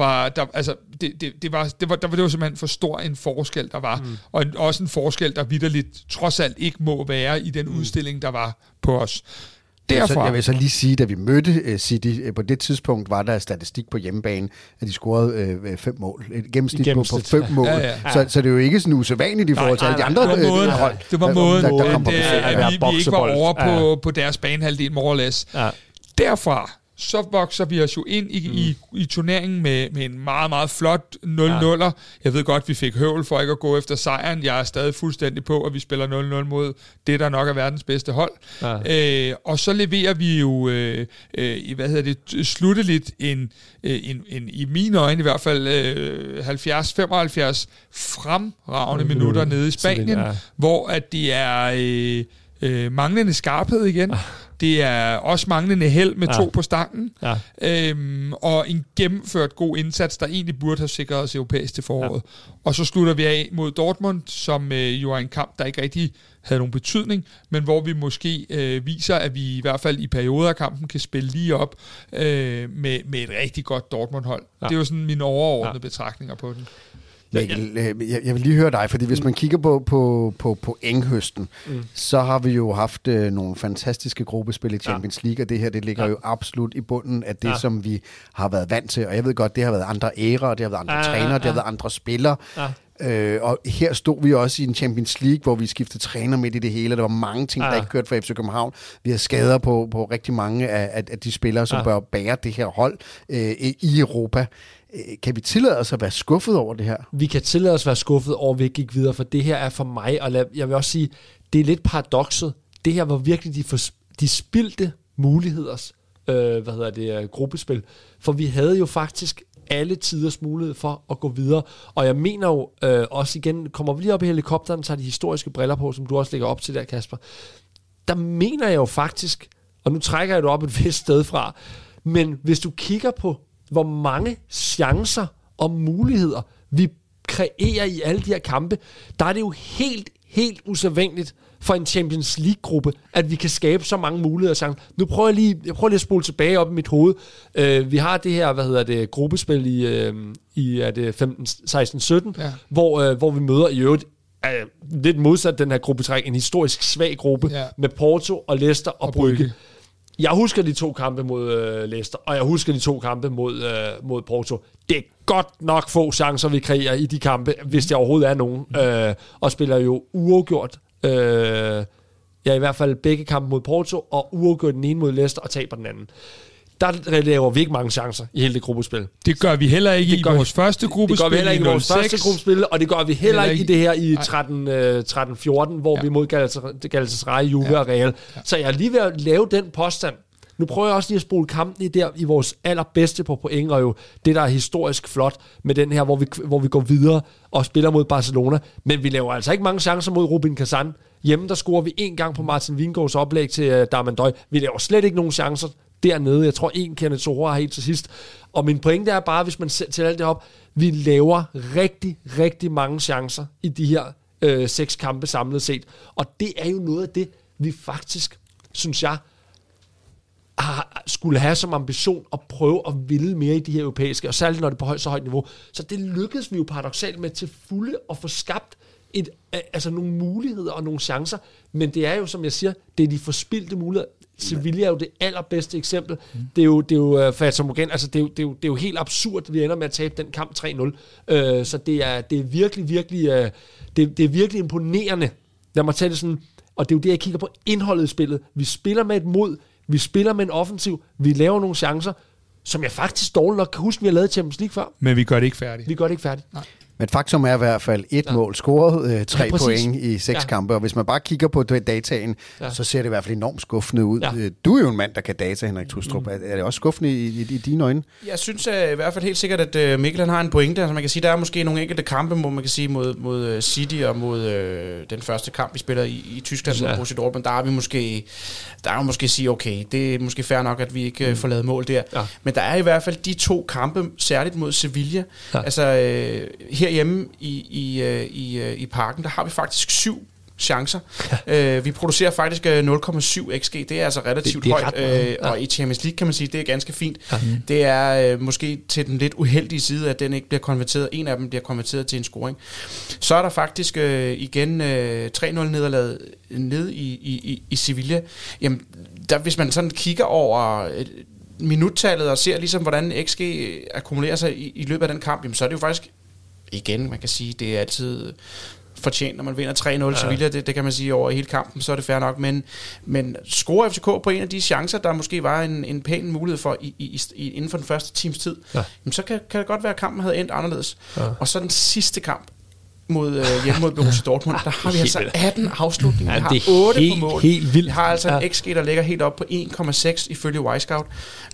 var jo simpelthen for stor en forskel, der var. Og også en forskel, der vitterligt trods alt ikke må være i den udstilling, der var på os. Derfor. Jeg vil så lige sige, da vi mødte City, på det tidspunkt var der statistik på hjemmebane, at de scorede 5 mål. Et gennemsnit på 5 mål. Ja. Så det er jo ikke sådan usædvanligt i forhold til alle de andre hold. Det var måden, vi ikke var over på deres banehalvdel, more or less. Ja. Derfra så vokser vi os jo ind i turneringen med en meget, meget flot 0-0'er. Jeg ved godt, vi fik høvl for ikke at gå efter sejren. Jeg er stadig fuldstændig på, at vi spiller 0-0 mod det, der nok er verdens bedste hold. Ja. Og så leverer vi jo slutteligt en i mine øjne i hvert fald 70-75 fremragende minutter nede i Spanien, hvor at det er manglende skarphed igen. Det er også manglende held med 2 på stangen. Ja. Og en gennemført god indsats, der egentlig burde have sikret os europæisk til foråret. Ja. Og så slutter vi af mod Dortmund, som jo er en kamp, der ikke rigtig havde nogen betydning, men hvor vi måske viser, at vi i hvert fald i perioder af kampen kan spille lige op med et rigtig godt Dortmund-hold. Ja. Det er jo sådan mine overordnede betragtninger på den. Jeg vil lige høre dig, fordi hvis man kigger på pointhøsten, så har vi jo haft nogle fantastiske gruppespil i Champions League, og det her, det ligger jo absolut i bunden af det, som vi har været vant til. Og jeg ved godt, det har været andre ærer, det har været andre trænere, det har været andre spillere. Og her stod vi også i en Champions League, hvor vi skiftede træner midt i det hele. Der var mange ting, der ikke kørte for FC København. Vi har skader på rigtig mange af de spillere, som bør bære det her hold i Europa. Kan vi tillade os at være skuffet over det her? Vi kan tillade os at være skuffet over, at vi ikke gik videre, for det her er for mig, og jeg vil også sige, det er lidt paradokset. Det her var virkelig de spildte muligheders gruppespil. For vi havde jo faktisk alle tiders mulighed for at gå videre. Og jeg mener jo også igen, kommer vi lige op i helikopteren, tager de historiske briller på, som du også lægger op til der, Kasper. Der mener jeg jo faktisk, og nu trækker jeg det op et vist sted fra, men hvis du kigger på, hvor mange chancer og muligheder vi kreerer i alle de her kampe, der er det jo helt usædvanligt for en Champions League-gruppe, at vi kan skabe så mange muligheder og chancer. Nu prøver jeg lige at spole tilbage op i mit hoved. Vi har det her, gruppespil i 15, 16, 17, hvor vi møder i øvrigt lidt modsat den her gruppetræk, en historisk svag gruppe med Porto og Leicester og Brugge. Jeg husker de 2 kampe mod Leicester, og jeg husker de 2 kampe mod Porto. Det er godt nok få chancer, vi kreerer i de kampe, hvis der overhovedet er nogen. Og spiller jo uafgjort. I hvert fald begge kampe mod Porto, og uafgjort den ene mod Leicester, og taber den anden. Der laver vi ikke mange chancer i hele det gruppespil. Det gør vi heller ikke i vores første gruppespil. Det gør vi heller ikke i vores første gruppespil, og det gør vi heller ikke i det her i 13-14, hvor vi mod Galatasaray, Juve og Real. Så jeg er lige ved at lave den påstand. Nu prøver jeg også lige at spole kampen i vores allerbedste på point, og jo det, der er historisk flot med den her, hvor vi går videre og spiller mod Barcelona. Men vi laver altså ikke mange chancer mod Rubin Kazan. Hjemme, der scorer vi 1 gang på Martin Vingegaards oplæg til Darmandøj. Vi laver slet ikke nogen chancer dernede. Jeg tror, 1 Kenneth Sora helt til sidst. Og min pointe er bare, hvis man tæller alt det op, vi laver rigtig, rigtig mange chancer i de her 6 kampe samlet set. Og det er jo noget af det, vi faktisk, synes jeg, skulle have som ambition at prøve at ville mere i de her europæiske, og særligt når det er på så højt niveau. Så det lykkedes vi jo paradoksalt med til fulde at få skabt nogle muligheder og nogle chancer, men det er jo, som jeg siger, det er de forspildte muligheder. Sevilla er jo det allerbedste eksempel. Det er jo Fata Morgan, altså det er jo helt absurd, at vi ender med at tabe den kamp 3-0. Så det er virkelig imponerende. Lad mig tage det sådan, og det er jo det, jeg kigger på indholdet i spillet. Vi spiller med et mod, vi spiller med en offensiv, vi laver nogle chancer, som jeg faktisk dårligt nok kan huske, vi har lavet Champions League før. Men vi gør det ikke færdigt. Vi gør det ikke færdigt. Nej. Men faktum er i hvert fald 1 mål scoret, 3 point i 6 kampe, og hvis man bare kigger på dataen, så ser det i hvert fald enormt skuffende ud. Ja. Du er jo en mand, der kan data, Henrik Tustrup. Er det også skuffende i dine øjne? Jeg synes i hvert fald helt sikkert, at Mikkel han har en pointe. Altså man kan sige, der er måske nogle enkelte kampe, hvor man kan sige mod City og mod den første kamp, vi spiller i Tyskland mod Borussia Dortmund. Der er måske sige, okay, det er måske fair nok, at vi ikke får lavet mål der. Ja. Men der er i hvert fald de 2 kampe, særligt mod Sevilla. Altså herhjemme i Parken, der har vi faktisk 7 chancer. Vi producerer faktisk 0,7 xG. Det er altså relativt det højt. Og i Champions League kan man sige, det er ganske fint. Det er måske til den lidt uheldige side, at den ikke bliver konverteret. En af dem bliver konverteret til en scoring. Så er der faktisk igen 3-0 ned i Sevilla. Jamen, der, hvis man sådan kigger over minuttallet og ser ligesom, hvordan XG akkumulerer sig i løbet af den kamp, jamen, så er det jo faktisk, igen, man kan sige, det er altid fortjent, når man vinder 3-0 Sevilla, det kan man sige over hele kampen, så er det fair nok, men scorer FCK på en af de chancer, der måske var en pæn mulighed for inden for den første times tid, jamen, så kan det godt være, at kampen havde endt anderledes. Og så den sidste kamp, hjemme mod Borussia Dortmund, der har vi altså 18 afslutninger. Vi har 8 på mål. Helt vildt. Vi har altså en XG, der ligger helt op på 1,6 ifølge Wisecout.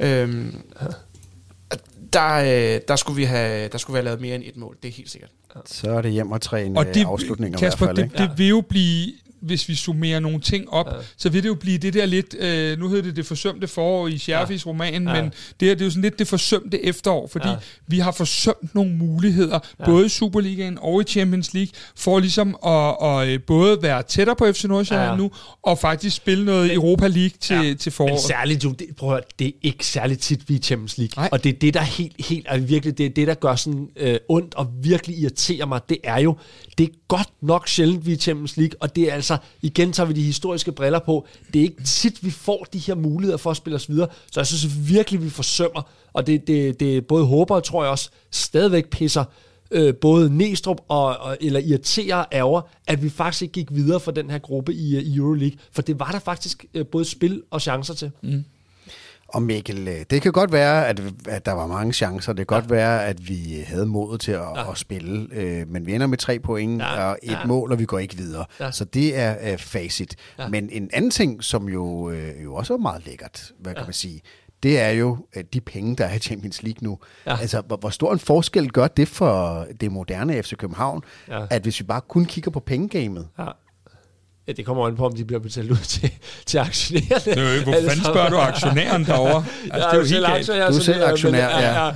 Der skulle vi have lavet mere end et mål, det er helt sikkert. Så er det hjem og træne afslutninger Kasper, i hvert fald. Det vil jo blive, hvis vi summerer nogle ting op, så vil det jo blive det der lidt, nu hedder det forsømte forår i Scherfis roman, men det er jo sådan lidt det forsømte efterår, fordi vi har forsømt nogle muligheder, både i Superligaen og i Champions League, for ligesom at både være tættere på FC Nordsjælland nu, og faktisk spille noget Europa League til foråret. Men særligt jo, det er ikke særligt tit, vi er i Champions League. Nej. Og det er det, der helt og virkelig, det er det, der gør sådan ondt og virkelig irriterer mig, det er godt nok sjældent, vi er i Champions League, og det er altså, igen tager vi de historiske briller på, det er ikke tit, vi får de her muligheder for at spille os videre, så jeg synes virkelig, vi forsømmer, og det både håber og tror jeg også stadigvæk pisser både Næstrup eller irriterer og ærger, at vi faktisk ikke gik videre for den her gruppe i Euroleague, for det var der faktisk både spil og chancer til. Og Mikkel, det kan godt være, at der var mange chancer. Det kan godt være, at vi havde modet til at spille. Men vi ender med 3 point og et mål, og vi går ikke videre. Så det er facit. Men en anden ting, som jo også er meget lækkert, hvad kan man sige, det er jo de penge, der er i Champions League nu. Altså, hvor stor en forskel gør det for det moderne FC København, at hvis vi bare kun kigger på pengegamet, Ja, det kommer an på, om de bliver betalt ud til aktionærerne. Hvor fanden spørger du aktionæren derovre? Altså, det er jo helt du er selv aktionær,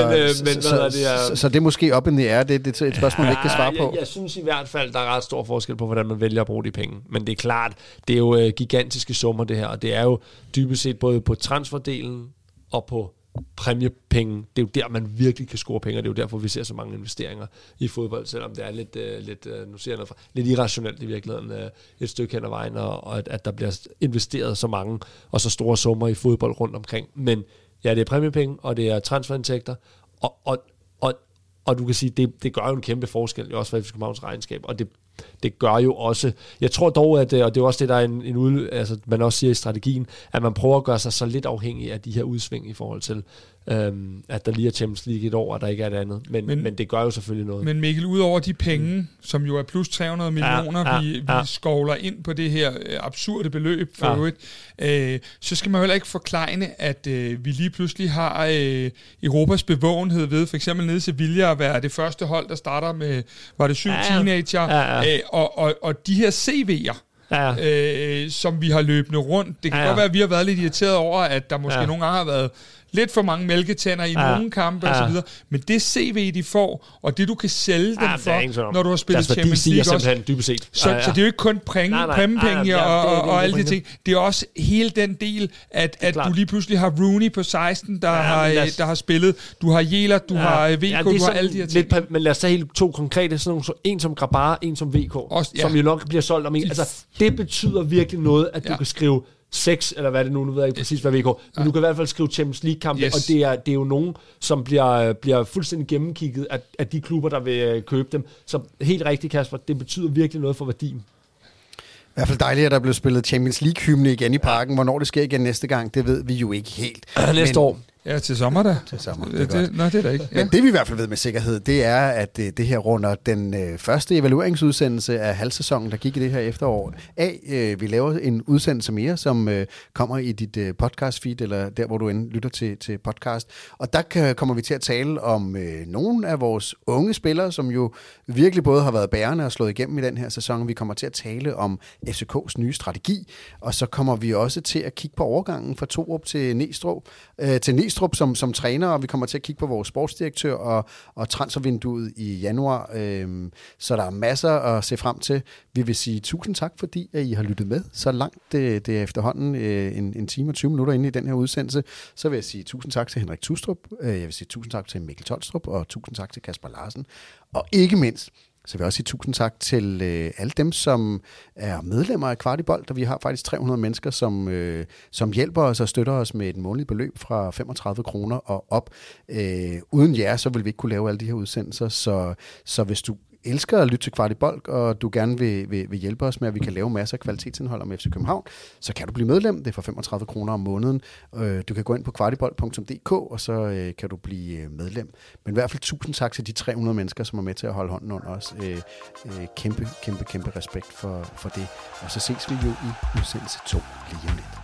Så det er måske op in the air, det er et spørgsmål, jeg ikke kan svare på. Jeg synes i hvert fald, der er ret stor forskel på, hvordan man vælger at bruge de penge. Men det er klart, det er jo gigantiske summer, det her. Og det er jo dybest set både på transferdelen og på præmiepenge. Det er jo der, man virkelig kan score penge, og det er jo derfor, vi ser så mange investeringer i fodbold, selvom det er nu ser jeg noget fra, lidt irrationelt i virkeligheden et stykke hen ad vejen, og at der bliver investeret så mange og så store summer i fodbold rundt omkring. Men ja, det er præmiepenge, og det er transferindtægter, og du kan sige, det gør jo en kæmpe forskel, også for FC Københavns regnskab, og det gør jo også, jeg tror dog, at, og det er også det, der er altså man også siger i strategien, at man prøver at gøre sig så lidt afhængig af de her udsving i forhold til, at der lige er Champions League et år, og der ikke er et andet. Men det gør jo selvfølgelig noget. Men Mikkel, udover de penge, som jo er plus 300 millioner, vi skovler ind på det her absurde beløb for øvrigt, så skal man heller ikke forklejne, at vi lige pludselig har Europas bevågenhed ved, for eksempel nede i Sevilla, at være det første hold, der starter med, var det 7 teenager, og de her CV'er, som vi har løbende rundt. Det kan godt være, at vi har været lidt irriteret over, at der måske nogle gange har været lidt for mange mælketænder i nogle kampe og så videre. Men det CV, de får, og det du kan sælge dem for, når du har spillet Champions League også. Dybest set. Så det er jo ikke kun præmiepenge og alle de ting. Det er også hele den del, at du lige pludselig har Rooney på 16, der har spillet. Du har Jæler, du har VK, du har alle de her ting. Men lad os tage helt 2 konkrete. Sådan en som Grabar, en som VK, som jo nok bliver solgt om en. Altså, det betyder virkelig noget, at du kan skrive 6, eller hvad det nu ved jeg ikke præcis, hvad VK, men du kan i hvert fald skrive Champions League-kampe, og det er jo nogen, som bliver fuldstændig gennemkigget af de klubber, der vil købe dem. Så helt rigtigt, Kasper, det betyder virkelig noget for værdien. I hvert fald dejligt, at der blev spillet Champions League-hymne igen i parken. Hvornår det sker igen næste gang, det ved vi jo ikke helt. Næste år. Ja, til sommer da. Til sommer, det er nej, det er da ikke. Men det vi i hvert fald ved med sikkerhed, det er, at det her runder den første evalueringsudsendelse af halvsæsonen, der gik i det her efterår af. Vi laver en udsendelse mere, som kommer i dit podcast-feed, eller der, hvor du lytter til podcast. Og der kommer vi til at tale om nogle af vores unge spillere, som jo virkelig både har været bærende og slået igennem i den her sæson. Vi kommer til at tale om FCK's nye strategi, og så kommer vi også til at kigge på overgangen fra Torup til Næstrup, Nistrup som træner, og vi kommer til at kigge på vores sportsdirektør og transfervinduet i januar. Så der er masser at se frem til. Vi vil sige tusind tak, fordi at I har lyttet med så langt. Det er efterhånden en time og 20 minutter inde i den her udsendelse. Så vil jeg sige tusind tak til Henrik Tustrup. Jeg vil sige tusind tak til Mikkel Tolstrup, og tusind tak til Kasper Larsen. Og ikke mindst, så vil jeg også sige tusind tak til alle dem, som er medlemmer af Kvartibold, og vi har faktisk 300 mennesker, som hjælper os og støtter os med et månedligt beløb fra 35 kroner og op. Uden jer, så vil vi ikke kunne lave alle de her udsendelser, så hvis du elsker at lytte til Kvartibold, og du gerne vil hjælpe os med, at vi kan lave masser af kvalitetsindhold om FC København, så kan du blive medlem. Det er for 35 kroner om måneden. Du kan gå ind på kvartibold.dk, og så kan du blive medlem. Men i hvert fald tusind tak til de 300 mennesker, som er med til at holde hånden under os. Kæmpe respekt for det. Og så ses vi jo i udsendelse 2 lige om lidt.